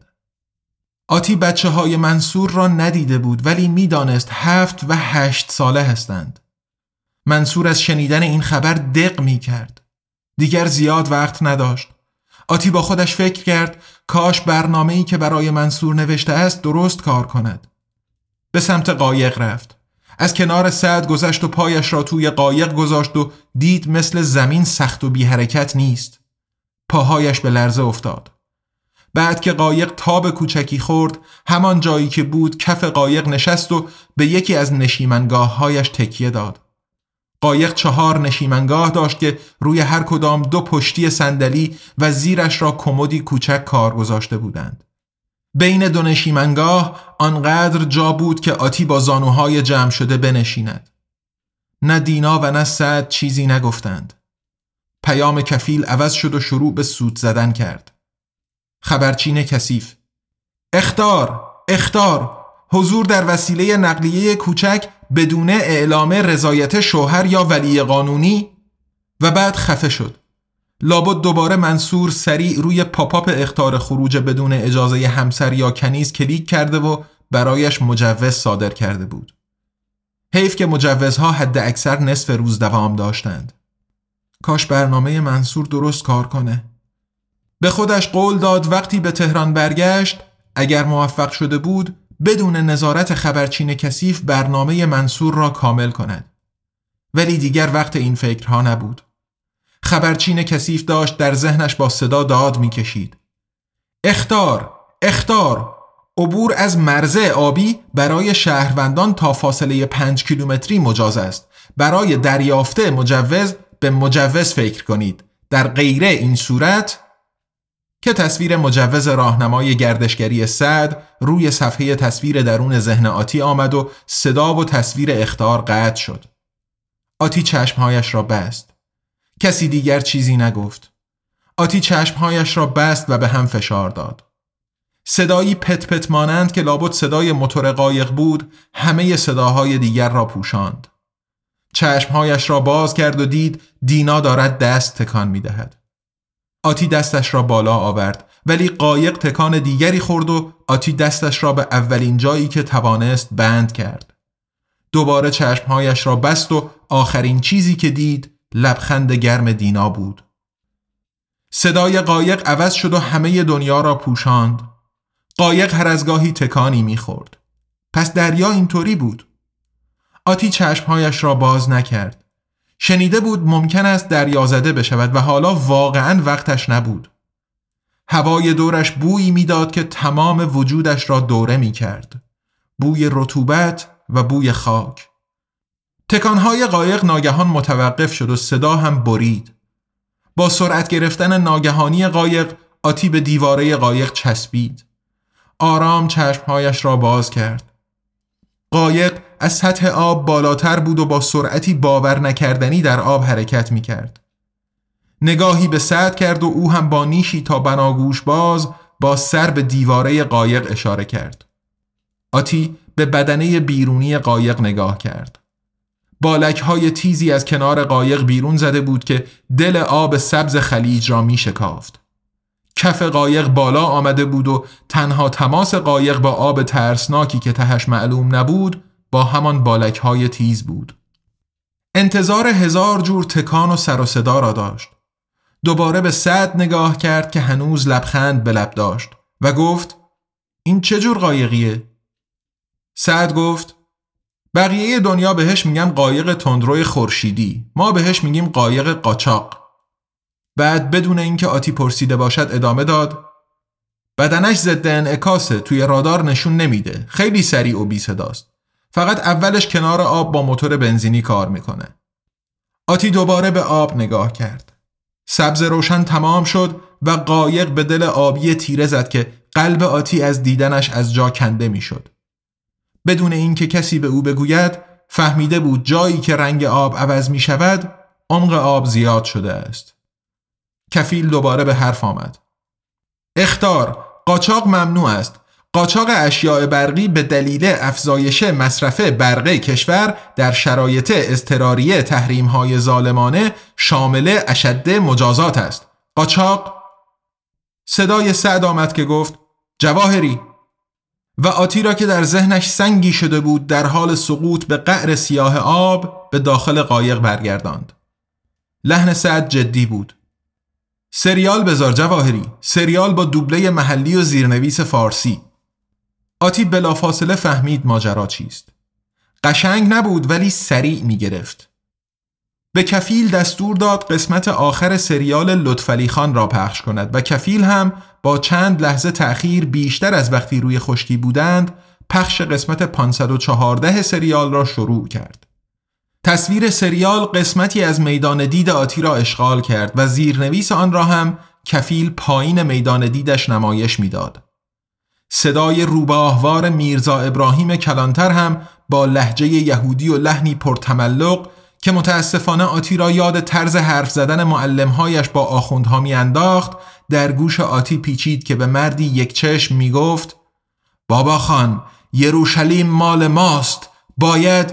آتی بچه‌های منصور را ندیده بود ولی می‌دانست هفت و هشت ساله هستند. منصور از شنیدن این خبر دق می‌کرد. دیگر زیاد وقت نداشت. آتی با خودش فکر کرد کاش برنامه‌ای که برای منصور نوشته است درست کار کند. به سمت قایق رفت. از کنار سعد گذشت و پایش را توی قایق گذاشت و دید مثل زمین سخت و بی حرکت نیست. پاهایش به لرزه افتاد. بعد که قایق تاب کوچکی خورد، همان جایی که بود کف قایق نشست و به یکی از نشیمنگاه‌هایش تکیه داد. قایق چهار نشیمنگاه داشت که روی هر کدام دو پشتی صندلی و زیرش را کمدی کوچک کار گذاشته بودند. بین دو نشیمنگاه آنقدر جا بود که آتی با زانوهای جمع شده بنشیند. نه دینا و نه سعد چیزی نگفتند. پیام کفیل عوض شد و شروع به سوت زدن کرد. خبرچین کثیف: اخطار! اخطار! حضور در وسیله نقلیه کوچک بدون اعلام رضایت شوهر یا ولی قانونی. و بعد خفه شد. لابد دوباره منصور سریع روی پاپاپ اخطار خروج بدون اجازه همسر یا کنیز کلیک کرده و برایش مجوز صادر کرده بود. حیف که مجوزها حد اکثر نصف روز دوام داشتند. کاش برنامه منصور درست کار کنه. به خودش قول داد وقتی به تهران برگشت اگر موفق شده بود بدون نظارت خبرچین کثیف برنامه منصور را کامل کند. ولی دیگر وقت این فکرها نبود. خبرچین کثیف داشت در ذهنش با صدا داد می کشید. اخطار! اخطار! عبور از مرزه آبی برای شهروندان تا فاصله پنج کیلومتری مجاز است. برای دریافت مجوز به مجوز فکر کنید. در غیر این صورت که تصویر مجوز راهنمای گردشگری سعد روی صفحه تصویر درون ذهن آتی آمد و صدا و تصویر اخطار قطع شد. آتی چشمهایش را بست. کسی دیگر چیزی نگفت. آتی چشمهایش را بست و به هم فشار داد. صدایی پت پت مانند که لابد صدای موتور قایق بود همه صداهای دیگر را پوشاند. چشمهایش را باز کرد و دید دینا دارد دست تکان می دهد. آتی دستش را بالا آورد ولی قایق تکان دیگری خورد و آتی دستش را به اولین جایی که توانست بند کرد. دوباره چشمهایش را بست و آخرین چیزی که دید لبخند گرم دینا بود. صدای قایق عوض شد و همه دنیا را پوشاند. قایق هر از گاهی تکانی می‌خورد. پس دریا اینطوری بود. آتی چشمهایش را باز نکرد. شنیده بود ممکن است دریازده بشود و حالا واقعاً وقتش نبود. هوای دورش بویی میداد که تمام وجودش را دوره می‌کرد. بوی رطوبت و بوی خاک. تکانهای قایق ناگهان متوقف شد و صدا هم برید. با سرعت گرفتن ناگهانی قایق آتی به دیواره قایق چسبید. آرام چشمهایش را باز کرد. قایق از سطح آب بالاتر بود و با سرعتی باور نکردنی در آب حرکت می کرد. نگاهی به سعد کرد و او هم با نیشی تا بناگوش باز با سر به دیواره قایق اشاره کرد. آتی به بدنه بیرونی قایق نگاه کرد. بالک‌های تیزی از کنار قایق بیرون زده بود که دل آب سبز خلیج را می شکافت. کف قایق بالا آمده بود و تنها تماس قایق با آب ترسناکی که تهش معلوم نبود با همان بالک‌های تیز بود. انتظار هزار جور تکان و سر و صدا را داشت. دوباره به سعد نگاه کرد که هنوز لبخند به لب داشت و گفت این چه جور قایقیه؟ سعد گفت بقیه دنیا بهش میگن قایق تندروی خورشیدی، ما بهش میگیم قایق قاچاق. بعد بدون اینکه آتی پرسیده باشد ادامه داد بدنش ضد انعکاسه، توی رادار نشون نمیده، خیلی سریع و بی صداست، فقط اولش کنار آب با موتور بنزینی کار میکنه. آتی دوباره به آب نگاه کرد. سبز روشن تمام شد و قایق به دل آبی تیره زد که قلب آتی از دیدنش از جا کنده میشد. بدون اینکه کسی به او بگوید فهمیده بود جایی که رنگ آب عوض می شود عمق آب زیاد شده است. کفیل دوباره به حرف آمد. اخطار، قاچاق ممنوع است. قاچاق اشیاء برقی به دلیل افزایش مصرف برقی کشور در شرایط اضطراری تحریم‌های ظالمانه شامل اشد مجازات است. قاچاق. صدای سعد آمد که گفت جواهری، و آتی را که در ذهنش سنگی شده بود در حال سقوط به قعر سیاه آب به داخل قایق برگرداند. لحن سعد جدی بود. سریال بذار جواهری، سریال با دوبله محلی و زیرنویس فارسی. آتی بلافاصله فهمید ماجرا چیست. قشنگ نبود ولی سریع می گرفت. به کفیل دستور داد قسمت آخر سریال لطفعلی خان را پخش کند و کفیل هم با چند لحظه تأخیر بیشتر از وقتی روی خشکی بودند پخش قسمت پانصد و چهارده سریال را شروع کرد. تصویر سریال قسمتی از میدان دید آتی را اشغال کرد و زیرنویس آن را هم کفیل پایین میدان دیدش نمایش میداد. صدای روباهوار میرزا ابراهیم کلانتر هم با لهجه یهودی و لحنی پرتملق که متاسفانه آتی را یاد طرز حرف زدن معلمهایش با آخوندها می انداخت در گوش آتی پیچید که به مردی یک چشم می گفت بابا خان، یروشلیم مال ماست، باید.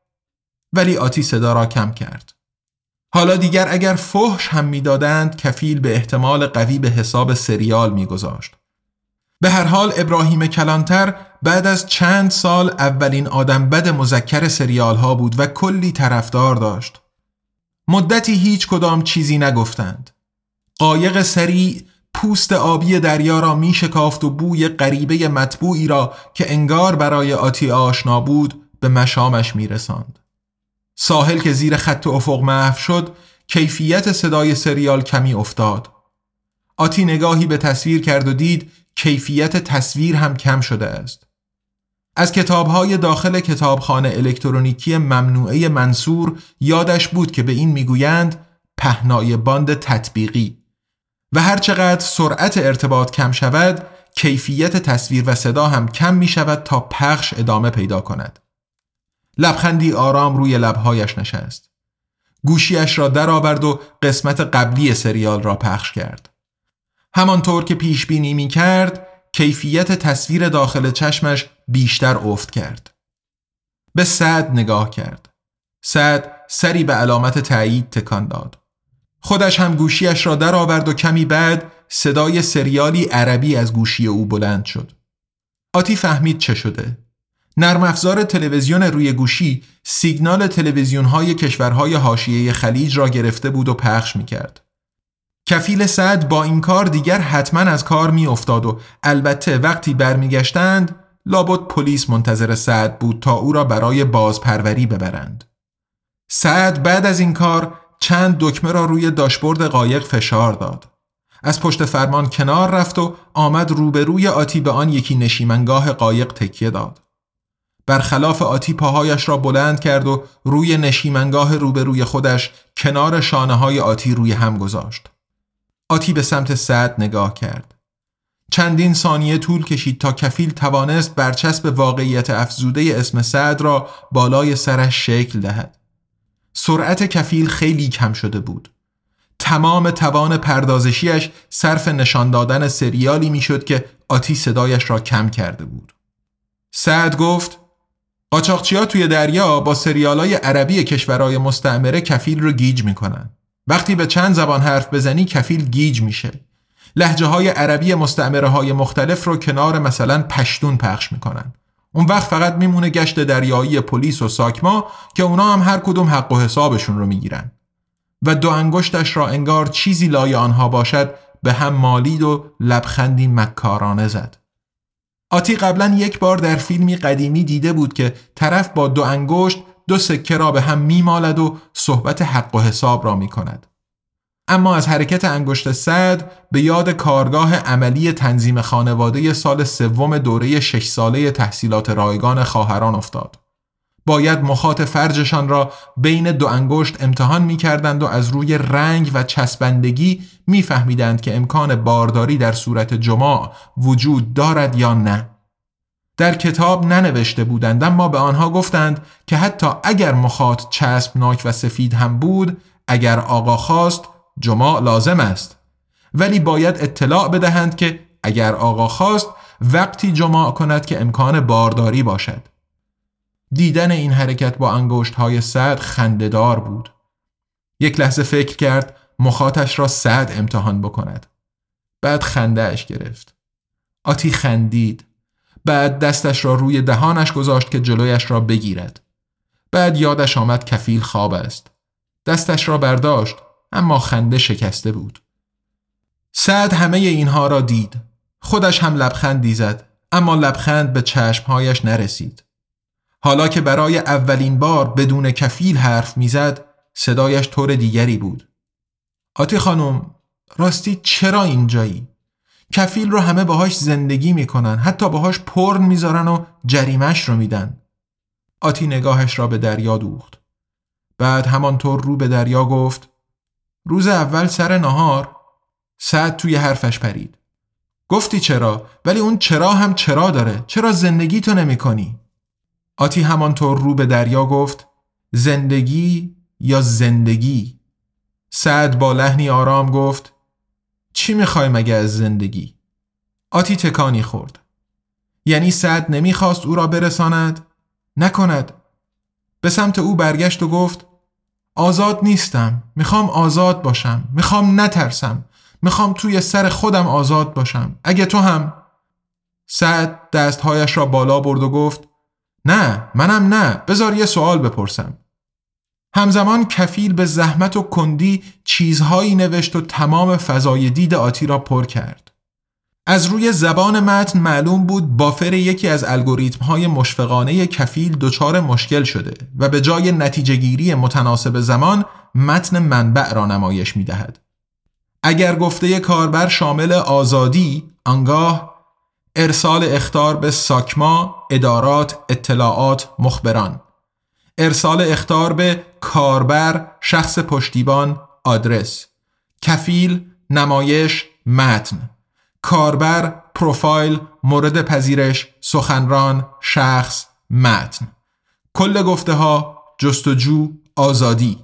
ولی آتی صدا را کم کرد. حالا دیگر اگر فحش هم می دادند کفیل به احتمال قوی به حساب سریال می گذاشت. به هر حال ابراهیم کلانتر بعد از چند سال اولین آدم بد مذکر سریال ها بود و کلی طرفدار داشت. مدتی هیچ کدام چیزی نگفتند. قایق سریع پوست آبی دریا را می شکافت و بوی غریبه مطبوعی را که انگار برای آتی آشنا بود به مشامش می رساند. ساحل که زیر خط افق محو شد کیفیت صدای سریال کمی افتاد. آتی نگاهی به تصویر کرد و دید کیفیت تصویر هم کم شده است. از کتاب‌های داخل کتابخانه الکترونیکی ممنوعه منصور یادش بود که به این میگویند پهنای باند تطبیقی و هر چقدر سرعت ارتباط کم شود کیفیت تصویر و صدا هم کم می شود تا پخش ادامه پیدا کند. لبخندی آرام روی لبهایش نشست. گوشیش را در آورد و قسمت قبلی سریال را پخش کرد. همانطور که پیش بینی می کرد کیفیت تصویر داخل چشمش بیشتر افت کرد. به سعد نگاه کرد. سعد سری به علامت تایید تکان داد. خودش هم گوشیش را در آورد و کمی بعد صدای سریالی عربی از گوشی او بلند شد. آتی فهمید چه شده. نرم افزار تلویزیون روی گوشی سیگنال تلویزیون‌های کشورهای حاشیه خلیج را گرفته بود و پخش می‌کرد. کفیل سعد با این کار دیگر حتما از کار می‌افتاد و البته وقتی برمیگشتند لابد پلیس منتظر سعد بود تا او را برای بازپروری ببرند. سعد بعد از این کار چند دکمه را روی داشبورد قایق فشار داد. از پشت فرمان کنار رفت و آمد روبروی آتی به آن یکی نشیمنگاه قایق تکیه داد. برخلاف آتی پاهایش را بلند کرد و روی نشیمنگاه روبروی خودش کنار شانه‌های آتی روی هم گذاشت. آتی به سمت سعد نگاه کرد. چندین ثانیه طول کشید تا کفیل توانست برچسب واقعیت افزوده اسم سعد را بالای سرش شکل دهد. سرعت کفیل خیلی کم شده بود. تمام توان پردازشیش صرف نشان دادن سریالی میشد که آتی صدایش را کم کرده بود. سعد گفت: قاچاقچی‌ها توی دریا با سریالای عربی کشورهای مستعمره کفیل رو گیج میکنن. وقتی به چند زبان حرف بزنی کفیل گیج میشه. لهجه های عربی مستعمره های مختلف رو کنار مثلا پشتون پخش میکنن. اون وقت فقط میمونه گشت دریایی پلیس و ساکما که اونا هم هر کدوم حق و حسابشون رو میگیرن. و دو انگشتش را انگار چیزی لای آنها باشد به هم مالید و لبخندی مکارانه زد. آتی قبلا یک بار در فیلمی قدیمی دیده بود که طرف با دو انگشت دو سکه را به هم میمالد و صحبت حق و حساب را میکند. اما از حرکت انگشت سعد به یاد کارگاه عملی تنظیم خانواده سال سوم دوره شش ساله تحصیلات رایگان خواهران افتاد. باید مخاط فرجشان را بین دو انگشت امتحان می کردند و از روی رنگ و چسبندگی می فهمیدند که امکان بارداری در صورت جماع وجود دارد یا نه. در کتاب ننوشته بودند، اما به آنها گفتند که حتی اگر مخاط چسبناک و سفید هم بود، اگر آقا خواست جماع لازم است، ولی باید اطلاع بدهند که اگر آقا خواست وقتی جماع کند که امکان بارداری باشد. دیدن این حرکت با انگشت‌های سعد خنده‌دار بود. یک لحظه فکر کرد مخاطش را سعد امتحان بکند. بعد خنده‌اش گرفت. آتی خندید. بعد دستش را روی دهانش گذاشت که جلویش را بگیرد. بعد یادش آمد کفیل خواب است. دستش را برداشت، اما خنده شکسته بود. سعد همه اینها را دید. خودش هم لبخندی زد، اما لبخند به چشمهایش نرسید. حالا که برای اولین بار بدون کفیل حرف میزد، صدایش طور دیگری بود. آتی خانم، راستی چرا اینجایی؟ کفیل رو همه باهاش زندگی میکنن، حتی باهاش پرن میذارن و جریمش رو میدن. آتی نگاهش را به دریا دوخت. بعد همانطور رو به دریا گفت: روز اول سر نهار. سعد توی حرفش پرید. گفتی چرا؟ ولی اون چرا هم چرا داره؟ چرا زندگی تو نمی کنی؟ آتی همانطور رو به دریا گفت: زندگی یا زندگی؟ سعد با لحنی آرام گفت: چی میخوای مگه از زندگی؟ آتی تکانی خورد. یعنی سعد نمیخواست او را برساند؟ نکند. به سمت او برگشت و گفت: آزاد نیستم. میخوام آزاد باشم. میخوام نترسم. میخوام توی سر خودم آزاد باشم. اگه تو هم. سعد دستهایش را بالا برد و گفت: نه، منم نه. بذار یه سوال بپرسم. همزمان کفیل به زحمت و کندی چیزهایی نوشت و تمام فضای دید آتی را پر کرد. از روی زبان متن معلوم بود بافر یکی از الگوریتم‌های مشفقانه کفیل دچار مشکل شده و به جای نتیجه گیری متناسب زمان متن منبع را نمایش می‌دهد. اگر گفته کاربر شامل آزادی، آنگاه ارسال اخطار به ساکما، ادارات، اطلاعات، مخبران. ارسال اخطار به کاربر، شخص پشتیبان، آدرس. کفیل، نمایش، متن. کاربر، پروفایل، مورد پذیرش، سخنران، شخص، متن. کل گفته ها، جستجو، آزادی.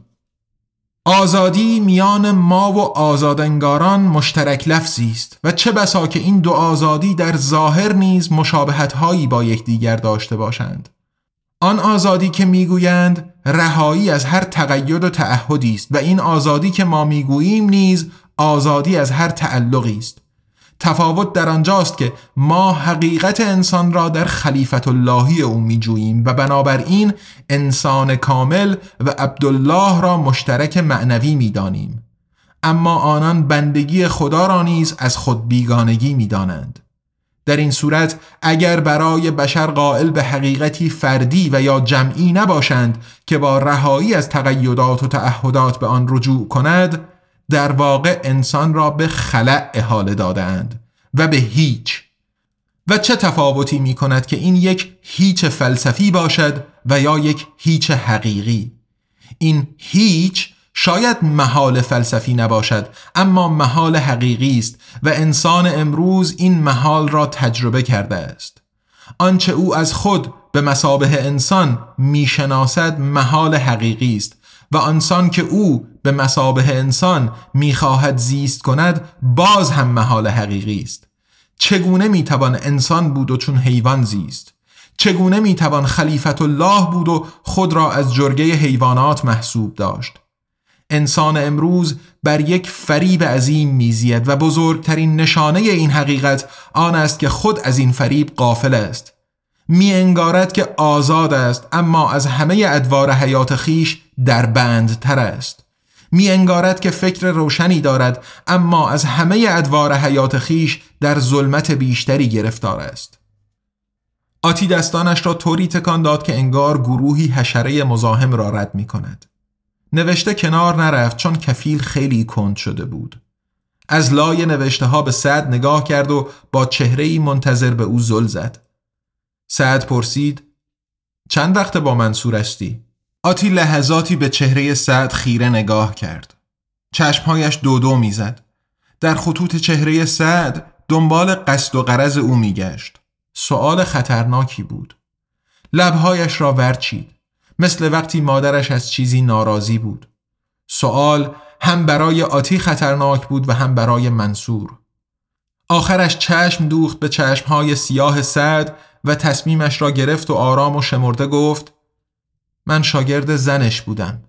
آزادی میان ما و آزادانگاران مشترک لفظی است و چه بسا که این دو آزادی در ظاهر نیز مشابهت‌هایی با یکدیگر داشته باشند. آن آزادی که میگویند رهایی از هر تقید و تعهدی است و این آزادی که ما میگوییم نیز آزادی از هر تعلقی است. تفاوت در آنجاست که ما حقیقت انسان را در خلیفت اللهی او می جوییم و بنابراین انسان کامل و عبدالله را مشترک معنوی می دانیم، اما آنان بندگی خدا را نیز از خود بیگانگی می دانند. در این صورت اگر برای بشر قائل به حقیقتی فردی و یا جمعی نباشند که با رهایی از تقیدات و تعهدات به آن رجوع کند، در واقع انسان را به خلأ احاله دادند و به هیچ. و چه تفاوتی می کند که این یک هیچ فلسفی باشد و یا یک هیچ حقیقی؟ این هیچ شاید محال فلسفی نباشد، اما محال حقیقی است و انسان امروز این محال را تجربه کرده است. آنچه او از خود به مثابه انسان میشناسد محال حقیقی است و آنسان که او به مثابه انسان میخواهد زیست کند باز هم محال حقیقی است. چگونه میتوان انسان بود و چون حیوان زیست؟ چگونه میتوان خلیفت الله بود و خود را از جرگه حیوانات محسوب داشت؟ انسان امروز بر یک فریب عظیم میزید و بزرگترین نشانه این حقیقت آن است که خود از این فریب غافل است. می انگارد که آزاد است، اما از همه ادوار حیات خیش در بند تر است. می انگارد که فکر روشنی دارد، اما از همه ادوار حیات خیش در ظلمت بیشتری گرفتار است. آتی دستانش را طوری تکان داد که انگار گروهی حشره مزاحم را رد می کند. نوشته کنار نرفت چون کفیل خیلی کند شده بود. از لای نوشته ها به سعد نگاه کرد و با چهره‌ای منتظر به او زل زد. سعد پرسید: چند وقت با منصور هستی؟ آتی لحظاتی به چهره سعد خیره نگاه کرد. چشمهایش دو دو می زد. در خطوط چهره سعد دنبال قصد و غرض او می گشت. سؤال خطرناکی بود. لبهایش را ورچید، مثل وقتی مادرش از چیزی ناراضی بود. سؤال هم برای آتی خطرناک بود و هم برای منصور. آخرش چشم دوخت به چشمهای سیاه سعد و تصمیمش را گرفت و آرام و شمرده گفت: من شاگرد زنش بودم.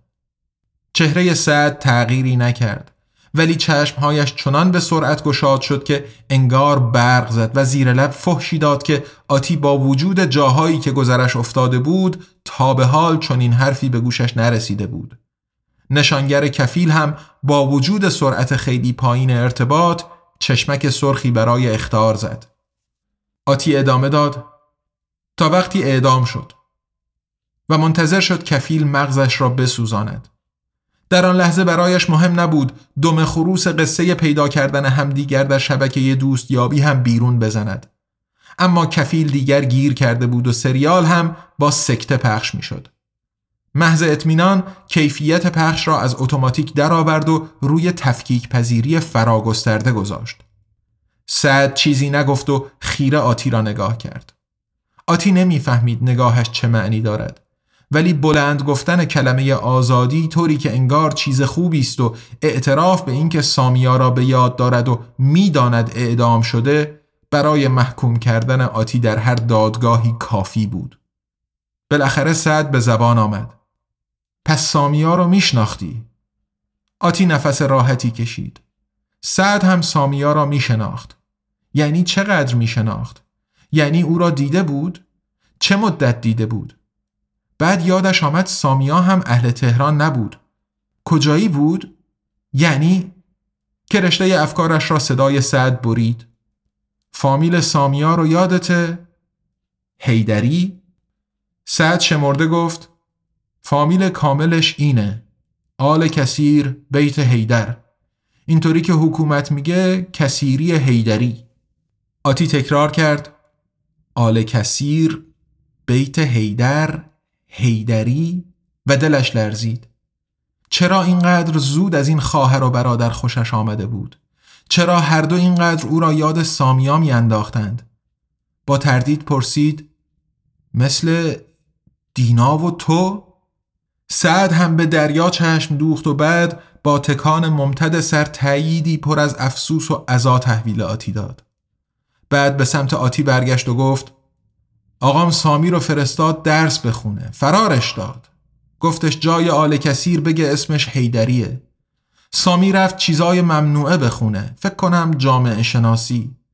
چهره سعد تغییری نکرد، ولی چشمهایش چنان به سرعت گشاد شد که انگار برق زد و زیر لب فحشی داد که آتی با وجود جاهایی که گذرش افتاده بود تا به حال چنین حرفی به گوشش نرسیده بود. نشانگر کفیل هم با وجود سرعت خیلی پایین ارتباط چشمک سرخی برای اخطار زد. آتی ادامه داد: تا وقتی اعدام شد و منتظر شد کفیل مغزش را بسوزاند. در آن لحظه برایش مهم نبود دم خروس قصه پیدا کردن همدیگر در شبکه دوستیابی هم بیرون بزند. اما کفیل دیگر گیر کرده بود و سریال هم با سکته پخش می شد. محض اطمینان کیفیت پخش را از اتوماتیک درآورد و روی تفکیک پذیری فراگسترده گذاشت. سعد چیزی نگفت و خیره آتی را نگاه کرد. آتی نمیفهمید نگاهش چه معنی دارد، ولی بلند گفتن کلمه آزادی طوری که انگار چیز خوبی است و اعتراف به اینکه سامیا را به یاد دارد و میداند اعدام شده برای محکوم کردن آتی در هر دادگاهی کافی بود. بالاخره سعد به زبان آمد: پس سامیا رو میشناختی؟ آتی نفس راحتی کشید. سعد هم سامیا را میشناخت. یعنی چقدر میشناخت؟ یعنی او را دیده بود؟ چه مدت دیده بود؟ بعد یادش آمد سامیا هم اهل تهران نبود. کجایی بود؟ یعنی که رشته افکارش را صدای سعد برید. فامیل سامیا رو یادته؟ حیدری؟ سعد شمرده گفت: فامیل کاملش اینه: آل کثیر بیت حیدر. اینطوری که حکومت میگه کثیری حیدری. آتی تکرار کرد: آل کثیر بیت حیدر حیدری، و دلش لرزید. چرا اینقدر زود از این خواهر و برادر خوشش آمده بود؟ چرا هر دو اینقدر او را یاد سامیا می انداختند؟ با تردید پرسید: مثل دینا و تو؟ سعد هم به دریا چشم دوخت و بعد با تکان ممتد سر تأییدی پر از افسوس و عزا تحویل آتی داد. بعد به سمت آتی برگشت و گفت: آقام سامی رو فرستاد درس بخونه، فرارش داد. گفتش جای آل کثیر بگه اسمش حیدریه. سامی رفت چیزای ممنوعه بخونه، فکر کنم جامعه شناسی.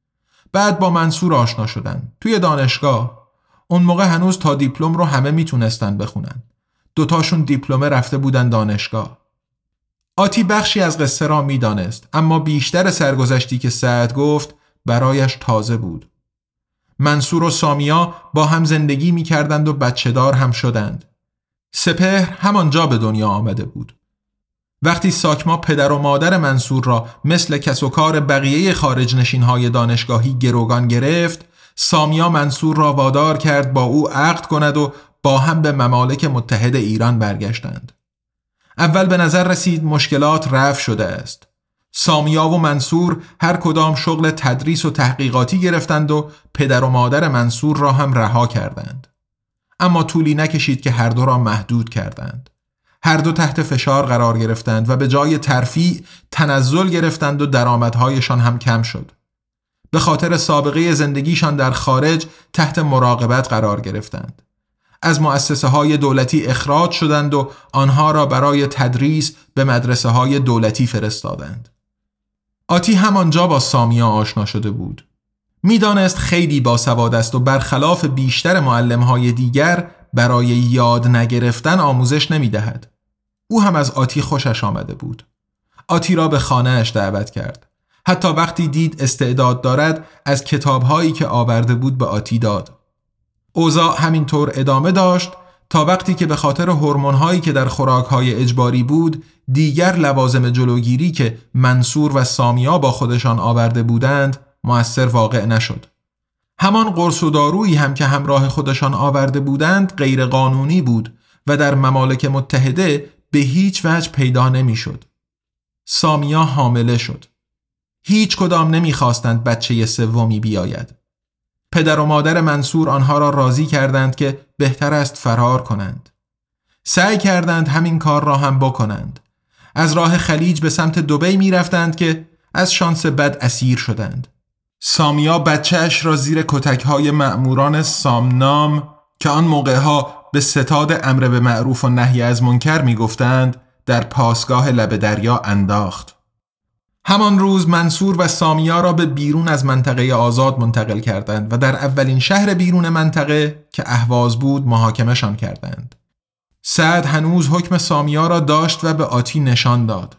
بعد با منصور آشنا شدن توی دانشگاه. اون موقع هنوز تا دیپلم رو همه میتونستن بخونن. دوتاشون دیپلمه رفته بودن دانشگاه. آتی بخشی از قصه را میدانست، اما بیشتر سرگذشتی که سعد گفت برایش تازه بود. منصور و سامیا با هم زندگی میکردند و بچه دار هم شدند. سپهر همانجا به دنیا آمده بود. وقتی ساکما پدر و مادر منصور را مثل کس و کار بقیه خارج نشینهای دانشگاهی گروگان گرفت، سامیا منصور را وادار کرد با او عقد کند و با هم به ممالک متحد ایران برگشتند. اول به نظر رسید مشکلات رفع شده است. سامیا و منصور هر کدام شغل تدریس و تحقیقاتی گرفتند و پدر و مادر منصور را هم رها کردند. اما طولی نکشید که هر دو را محدود کردند. هر دو تحت فشار قرار گرفتند و به جای ترفیع تنزل گرفتند و درآمدهایشان هم کم شد. به خاطر سابقه زندگیشان در خارج تحت مراقبت قرار گرفتند. از مؤسسه های دولتی اخراج شدند و آنها را برای تدریس به مدرسه های دولتی فرستادند. آتی همانجا با سامیا آشنا شده بود. میدانست خیلی باسواد است و برخلاف بیشتر معلم‌های دیگر برای یاد نگرفتن آموزش نمی‌دهد. او هم از آتی خوشش آمده بود. آتی را به خانه‌اش دعوت کرد. حتی وقتی دید استعداد دارد از کتاب‌هایی که آورده بود به آتی داد. اوضاع همینطور ادامه داشت تا وقتی که به خاطر هورمون‌هایی که در خوراک‌های اجباری بود دیگر لوازم جلوگیری که منصور و سامیا با خودشان آورده بودند مؤثر واقع نشد. همان قرص و دارویی هم که همراه خودشان آورده بودند غیر قانونی بود و در ممالک متحده به هیچ وجه پیدا نمی شد. سامیا حامله شد. هیچ کدام نمی خواستند بچه سومی بیاید. پدر و مادر منصور آنها را راضی کردند که بهتر است فرار کنند. سعی کردند همین کار را هم بکنند. از راه خلیج به سمت دبی می رفتند که از شانس بد اسیر شدند. سامیا بچه‌اش را زیر کتک‌های مأموران سامنام که آن موقعها به ستاد امر به معروف و نهی از منکر می‌گفتند در پاسگاه لب دریا انداخت. همان روز منصور و سامیا را به بیرون از منطقه آزاد منتقل کردند و در اولین شهر بیرون منطقه که اهواز بود محاکمه‌شان کردند. سعد هنوز حکم سامیا را داشت و به آتی نشان داد.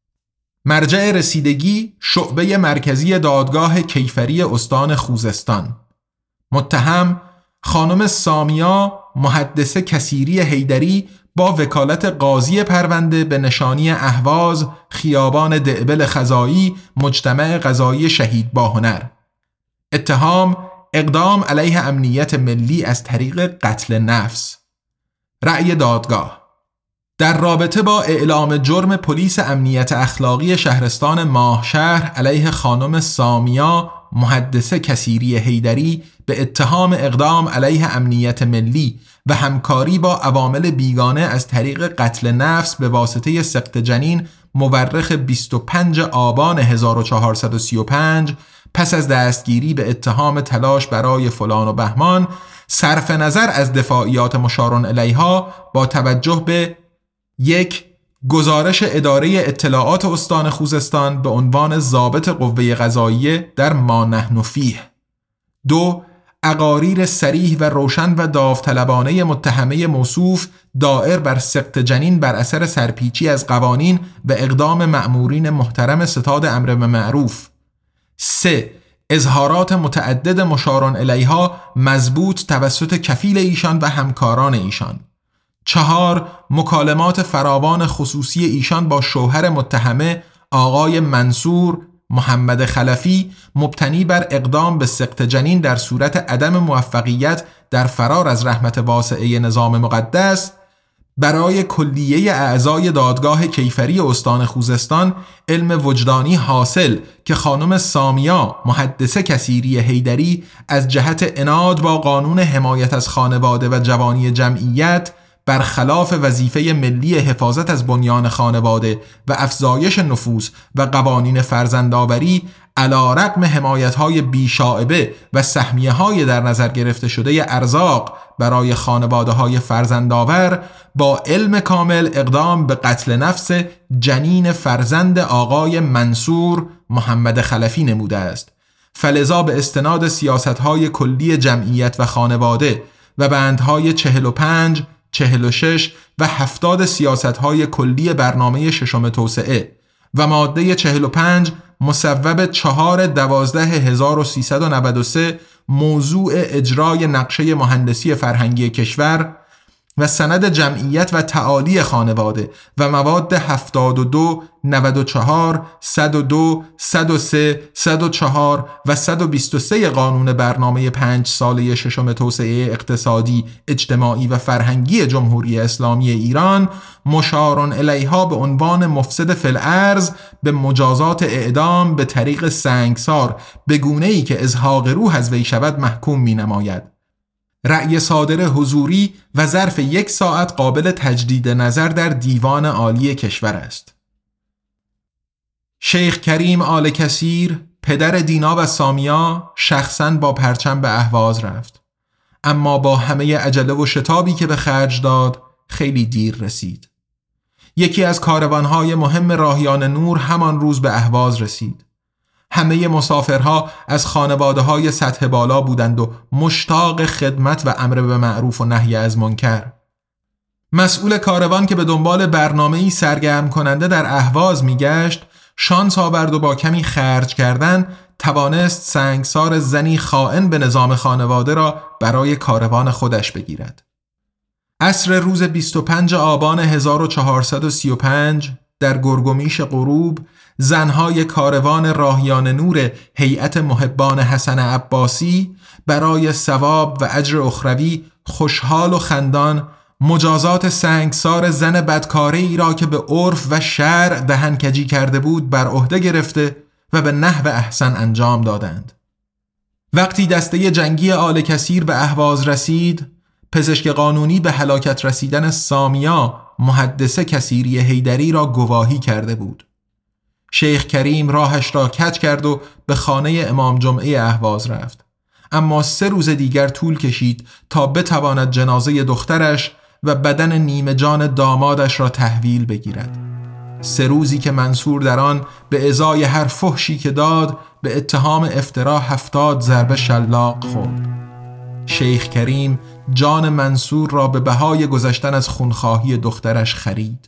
مرجع رسیدگی شعبه مرکزی دادگاه کیفری استان خوزستان. متهم خانم سامیا محدثه کثیری حیدری با وکالت قاضی پرونده به نشانی اهواز خیابان دعبل خزایی مجتمع قضایی شهید باهنر. اتهام اقدام علیه امنیت ملی از طریق قتل نفس. رأی دادگاه در رابطه با اعلام جرم پلیس امنیت اخلاقی شهرستان ماهشهر علیه خانم سامیا محدثه کثیری حیدری به اتهام اقدام علیه امنیت ملی و همکاری با عوامل بیگانه از طریق قتل نفس به واسطه سقط جنین مورخ بیست و پنجم آبان هزار و چهارصد و سی و پنج پس از دستگیری به اتهام تلاش برای فلان و بهمان صرف نظر از دفاعیات مشارون الیها با توجه به یک گزارش اداره اطلاعات استان خوزستان به عنوان ضابط قوه قضاییه در ما نحن فیه. دو اقاریر صریح و روشن و داوطلبانه متهمه موصوف دائر بر سقط جنین بر اثر سرپیچی از قوانین و اقدام مأمورین محترم ستاد امر به معروف. سه اظهارات متعدد مشارون الیها مضبوط توسط کفیل ایشان و همکاران ایشان. چهار مکالمات فراوان خصوصی ایشان با شوهر متهمه آقای منصور محمد خلفی مبتنی بر اقدام به سقط جنین در صورت عدم موفقیت در فرار از رحمت واسعه نظام مقدس. برای کلیه اعضای دادگاه کیفری استان خوزستان علم وجدانی حاصل که خانم سامیا محدثه کثیری حیدری از جهت عناد با قانون حمایت از خانواده و جوانی جمعیت برخلاف وظیفه ملی حفاظت از بنیان خانواده و افزایش نفوذ و قوانین فرزندآوری علی رغم حمایت‌های بی‌شائبه و سهمیه‌های در نظر گرفته شده ارزاق برای خانواده‌های فرزندآور با علم کامل اقدام به قتل نفس جنین فرزند آقای منصور محمد خلفی نموده است فلذا به استناد سیاست‌های کلی جمعیت و خانواده و بندهای چهل و پنج، چهل و شش و هفتاد سیاست‌های کلی برنامه ششم توسعه و ماده چهل و پنج مصوب چهار دوازده هزار و سیصد و نود و سه موضوع اجرای نقشه مهندسی فرهنگی کشور و سند جمعیت و تعالی خانواده و مواد هفتاد و دو، نود و چهار، صد و دو، صد و سه، صد و چهار و صد و بیست و سه قانون برنامه پنج ساله ششم توسعه اقتصادی، اجتماعی و فرهنگی جمهوری اسلامی ایران مشار الیها به عنوان مفسد فی الارض به مجازات اعدام به طریق سنگسار به گونه‌ای که ازهاق روح از وی شود محکوم می نماید. رأی صادر حضوری و ظرف یک ساعت قابل تجدید نظر در دیوان عالی کشور است. شیخ کریم آل کثیر پدر دینا و سامیا شخصاً با پرچم به اهواز رفت، اما با همه عجله و شتابی که به خرج داد خیلی دیر رسید. یکی از کاروانهای مهم راهیان نور همان روز به اهواز رسید. همه مسافرها از خانواده‌های سطح بالا بودند و مشتاق خدمت و امر به معروف و نهی از منکر. مسئول کاروان که به دنبال برنامه‌ای سرگرم کننده در اهواز می‌گشت، شانس آورد و با کمی خرج کردن توانست سنگسار زنی خائن به نظام خانواده را برای کاروان خودش بگیرد. عصر روز بیست و پنجم آبان هزار و چهارصد و سی و پنج در گرگومیش غروب زنهای کاروان راهیان نور هیئت محبان حسن عباسی برای ثواب و اجر اخروی خوشحال و خندان مجازات سنگسار زن بدکاری را که به عرف و شرع دهنکجی کرده بود بر عهده گرفته و به نحو احسن انجام دادند. وقتی دسته جنگی آل کثیر به اهواز رسید، پزشک قانونی به هلاکت رسیدن سامیا محدثه کثیری حیدری را گواهی کرده بود. شیخ کریم راهش را کج کرد و به خانه امام جمعه اهواز رفت، اما سه روز دیگر طول کشید تا بتواند جنازه دخترش و بدن نیمه جان دامادش را تحویل بگیرد. سه روزی که منصور در آن به ازای هر فحشی که داد به اتهام افترا هفتاد ضربه شلاق خورد. شیخ کریم جان منصور را به بهای گذشتن از خونخواهی دخترش خرید.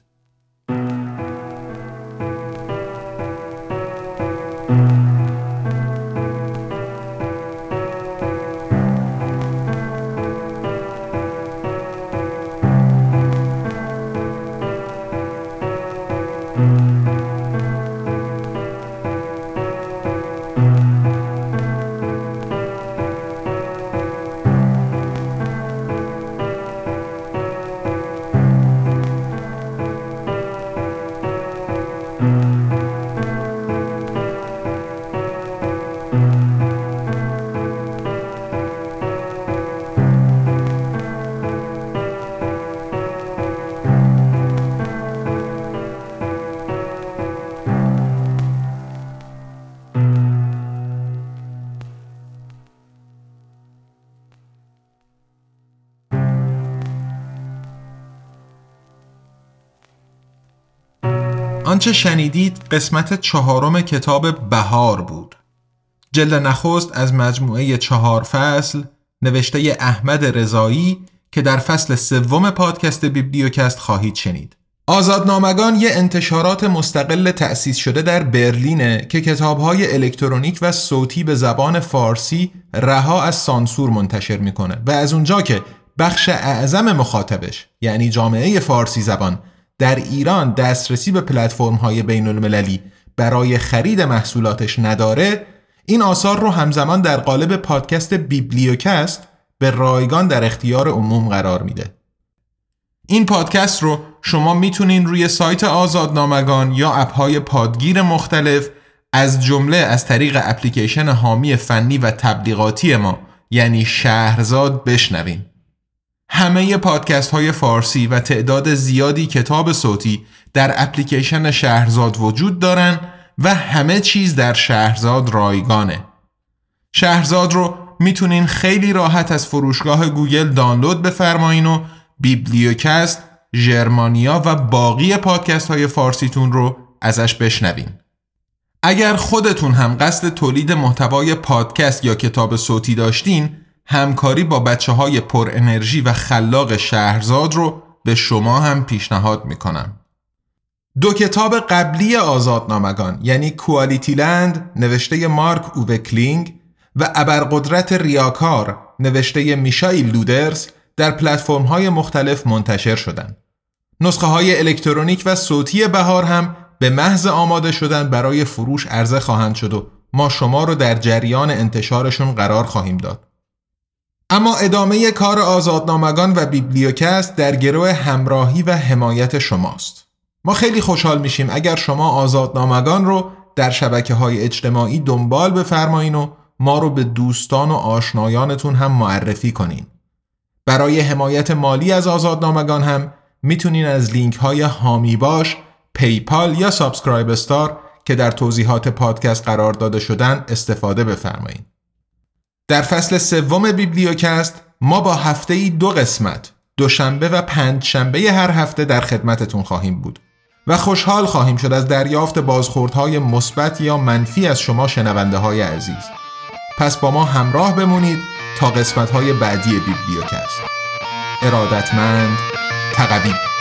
آنچه شنیدید قسمت چهارم کتاب بهار بود. جلد نخست از مجموعه چهار فصل نوشته احمد رضایی که در فصل سوم پادکست بیبلیوکست خواهید شنید. آزادنامگان یه انتشارات مستقل تأسیس شده در برلینه که کتاب‌های الکترونیک و صوتی به زبان فارسی رها از سانسور منتشر میکنه و از اونجا که بخش اعظم مخاطبش یعنی جامعه فارسی زبان در ایران دسترسی به پلتفرم‌های بین‌المللی برای خرید محصولاتش نداره، این آثار رو همزمان در قالب پادکست بیبلیوکست به رایگان در اختیار عموم قرار میده. این پادکست رو شما میتونین روی سایت آزادنامگان یا اپ‌های پادگیر مختلف از جمله از طریق اپلیکیشن حامی فنی و تبلیغاتی ما یعنی شهرزاد بشنوین. همه پادکست های فارسی و تعداد زیادی کتاب صوتی در اپلیکیشن شهرزاد وجود دارن و همه چیز در شهرزاد رایگانه. شهرزاد رو میتونین خیلی راحت از فروشگاه گوگل دانلود بفرمایین و بیبلیوکست، ژرمانیا و باقی پادکست های فارسیتون رو ازش بشنوین. اگر خودتون هم قصد تولید محتوای پادکست یا کتاب صوتی داشتین، همکاری با بچه‌های پر انرژی و خلاق شهرزاد رو به شما هم پیشنهاد میکنم. دو کتاب قبلی آزادنامگان یعنی کوالیتی لند نوشته مارک اووه کلینگ و ابرقدرت ریاکار نوشته میشایل لودرز در پلتفرم‌های مختلف منتشر شدند. نسخه‌های الکترونیک و صوتی بهار هم به محض آماده شدن برای فروش عرضه خواهند شد و ما شما رو در جریان انتشارشون قرار خواهیم داد. اما ادامه کار آزادنامگان و بیبلیوکست در گروه همراهی و حمایت شماست. ما خیلی خوشحال میشیم اگر شما آزادنامگان رو در شبکه‌های اجتماعی دنبال بفرمایین و ما رو به دوستان و آشنایانتون هم معرفی کنین. برای حمایت مالی از آزادنامگان هم میتونین از لینک های هامی باش، پیپال یا سابسکرایب استار که در توضیحات پادکست قرار داده شدن استفاده بفرمایید. در فصل سوم بیبلیوکست ما با هفته‌ای دو قسمت، دوشنبه و پنجشنبه هر هفته در خدمتتون خواهیم بود و خوشحال خواهیم شد از دریافت بازخوردهای مثبت یا منفی از شما شنونده های عزیز. پس با ما همراه بمونید تا قسمت‌های بعدی بیبلیوکست. ارادتمند، تقوی.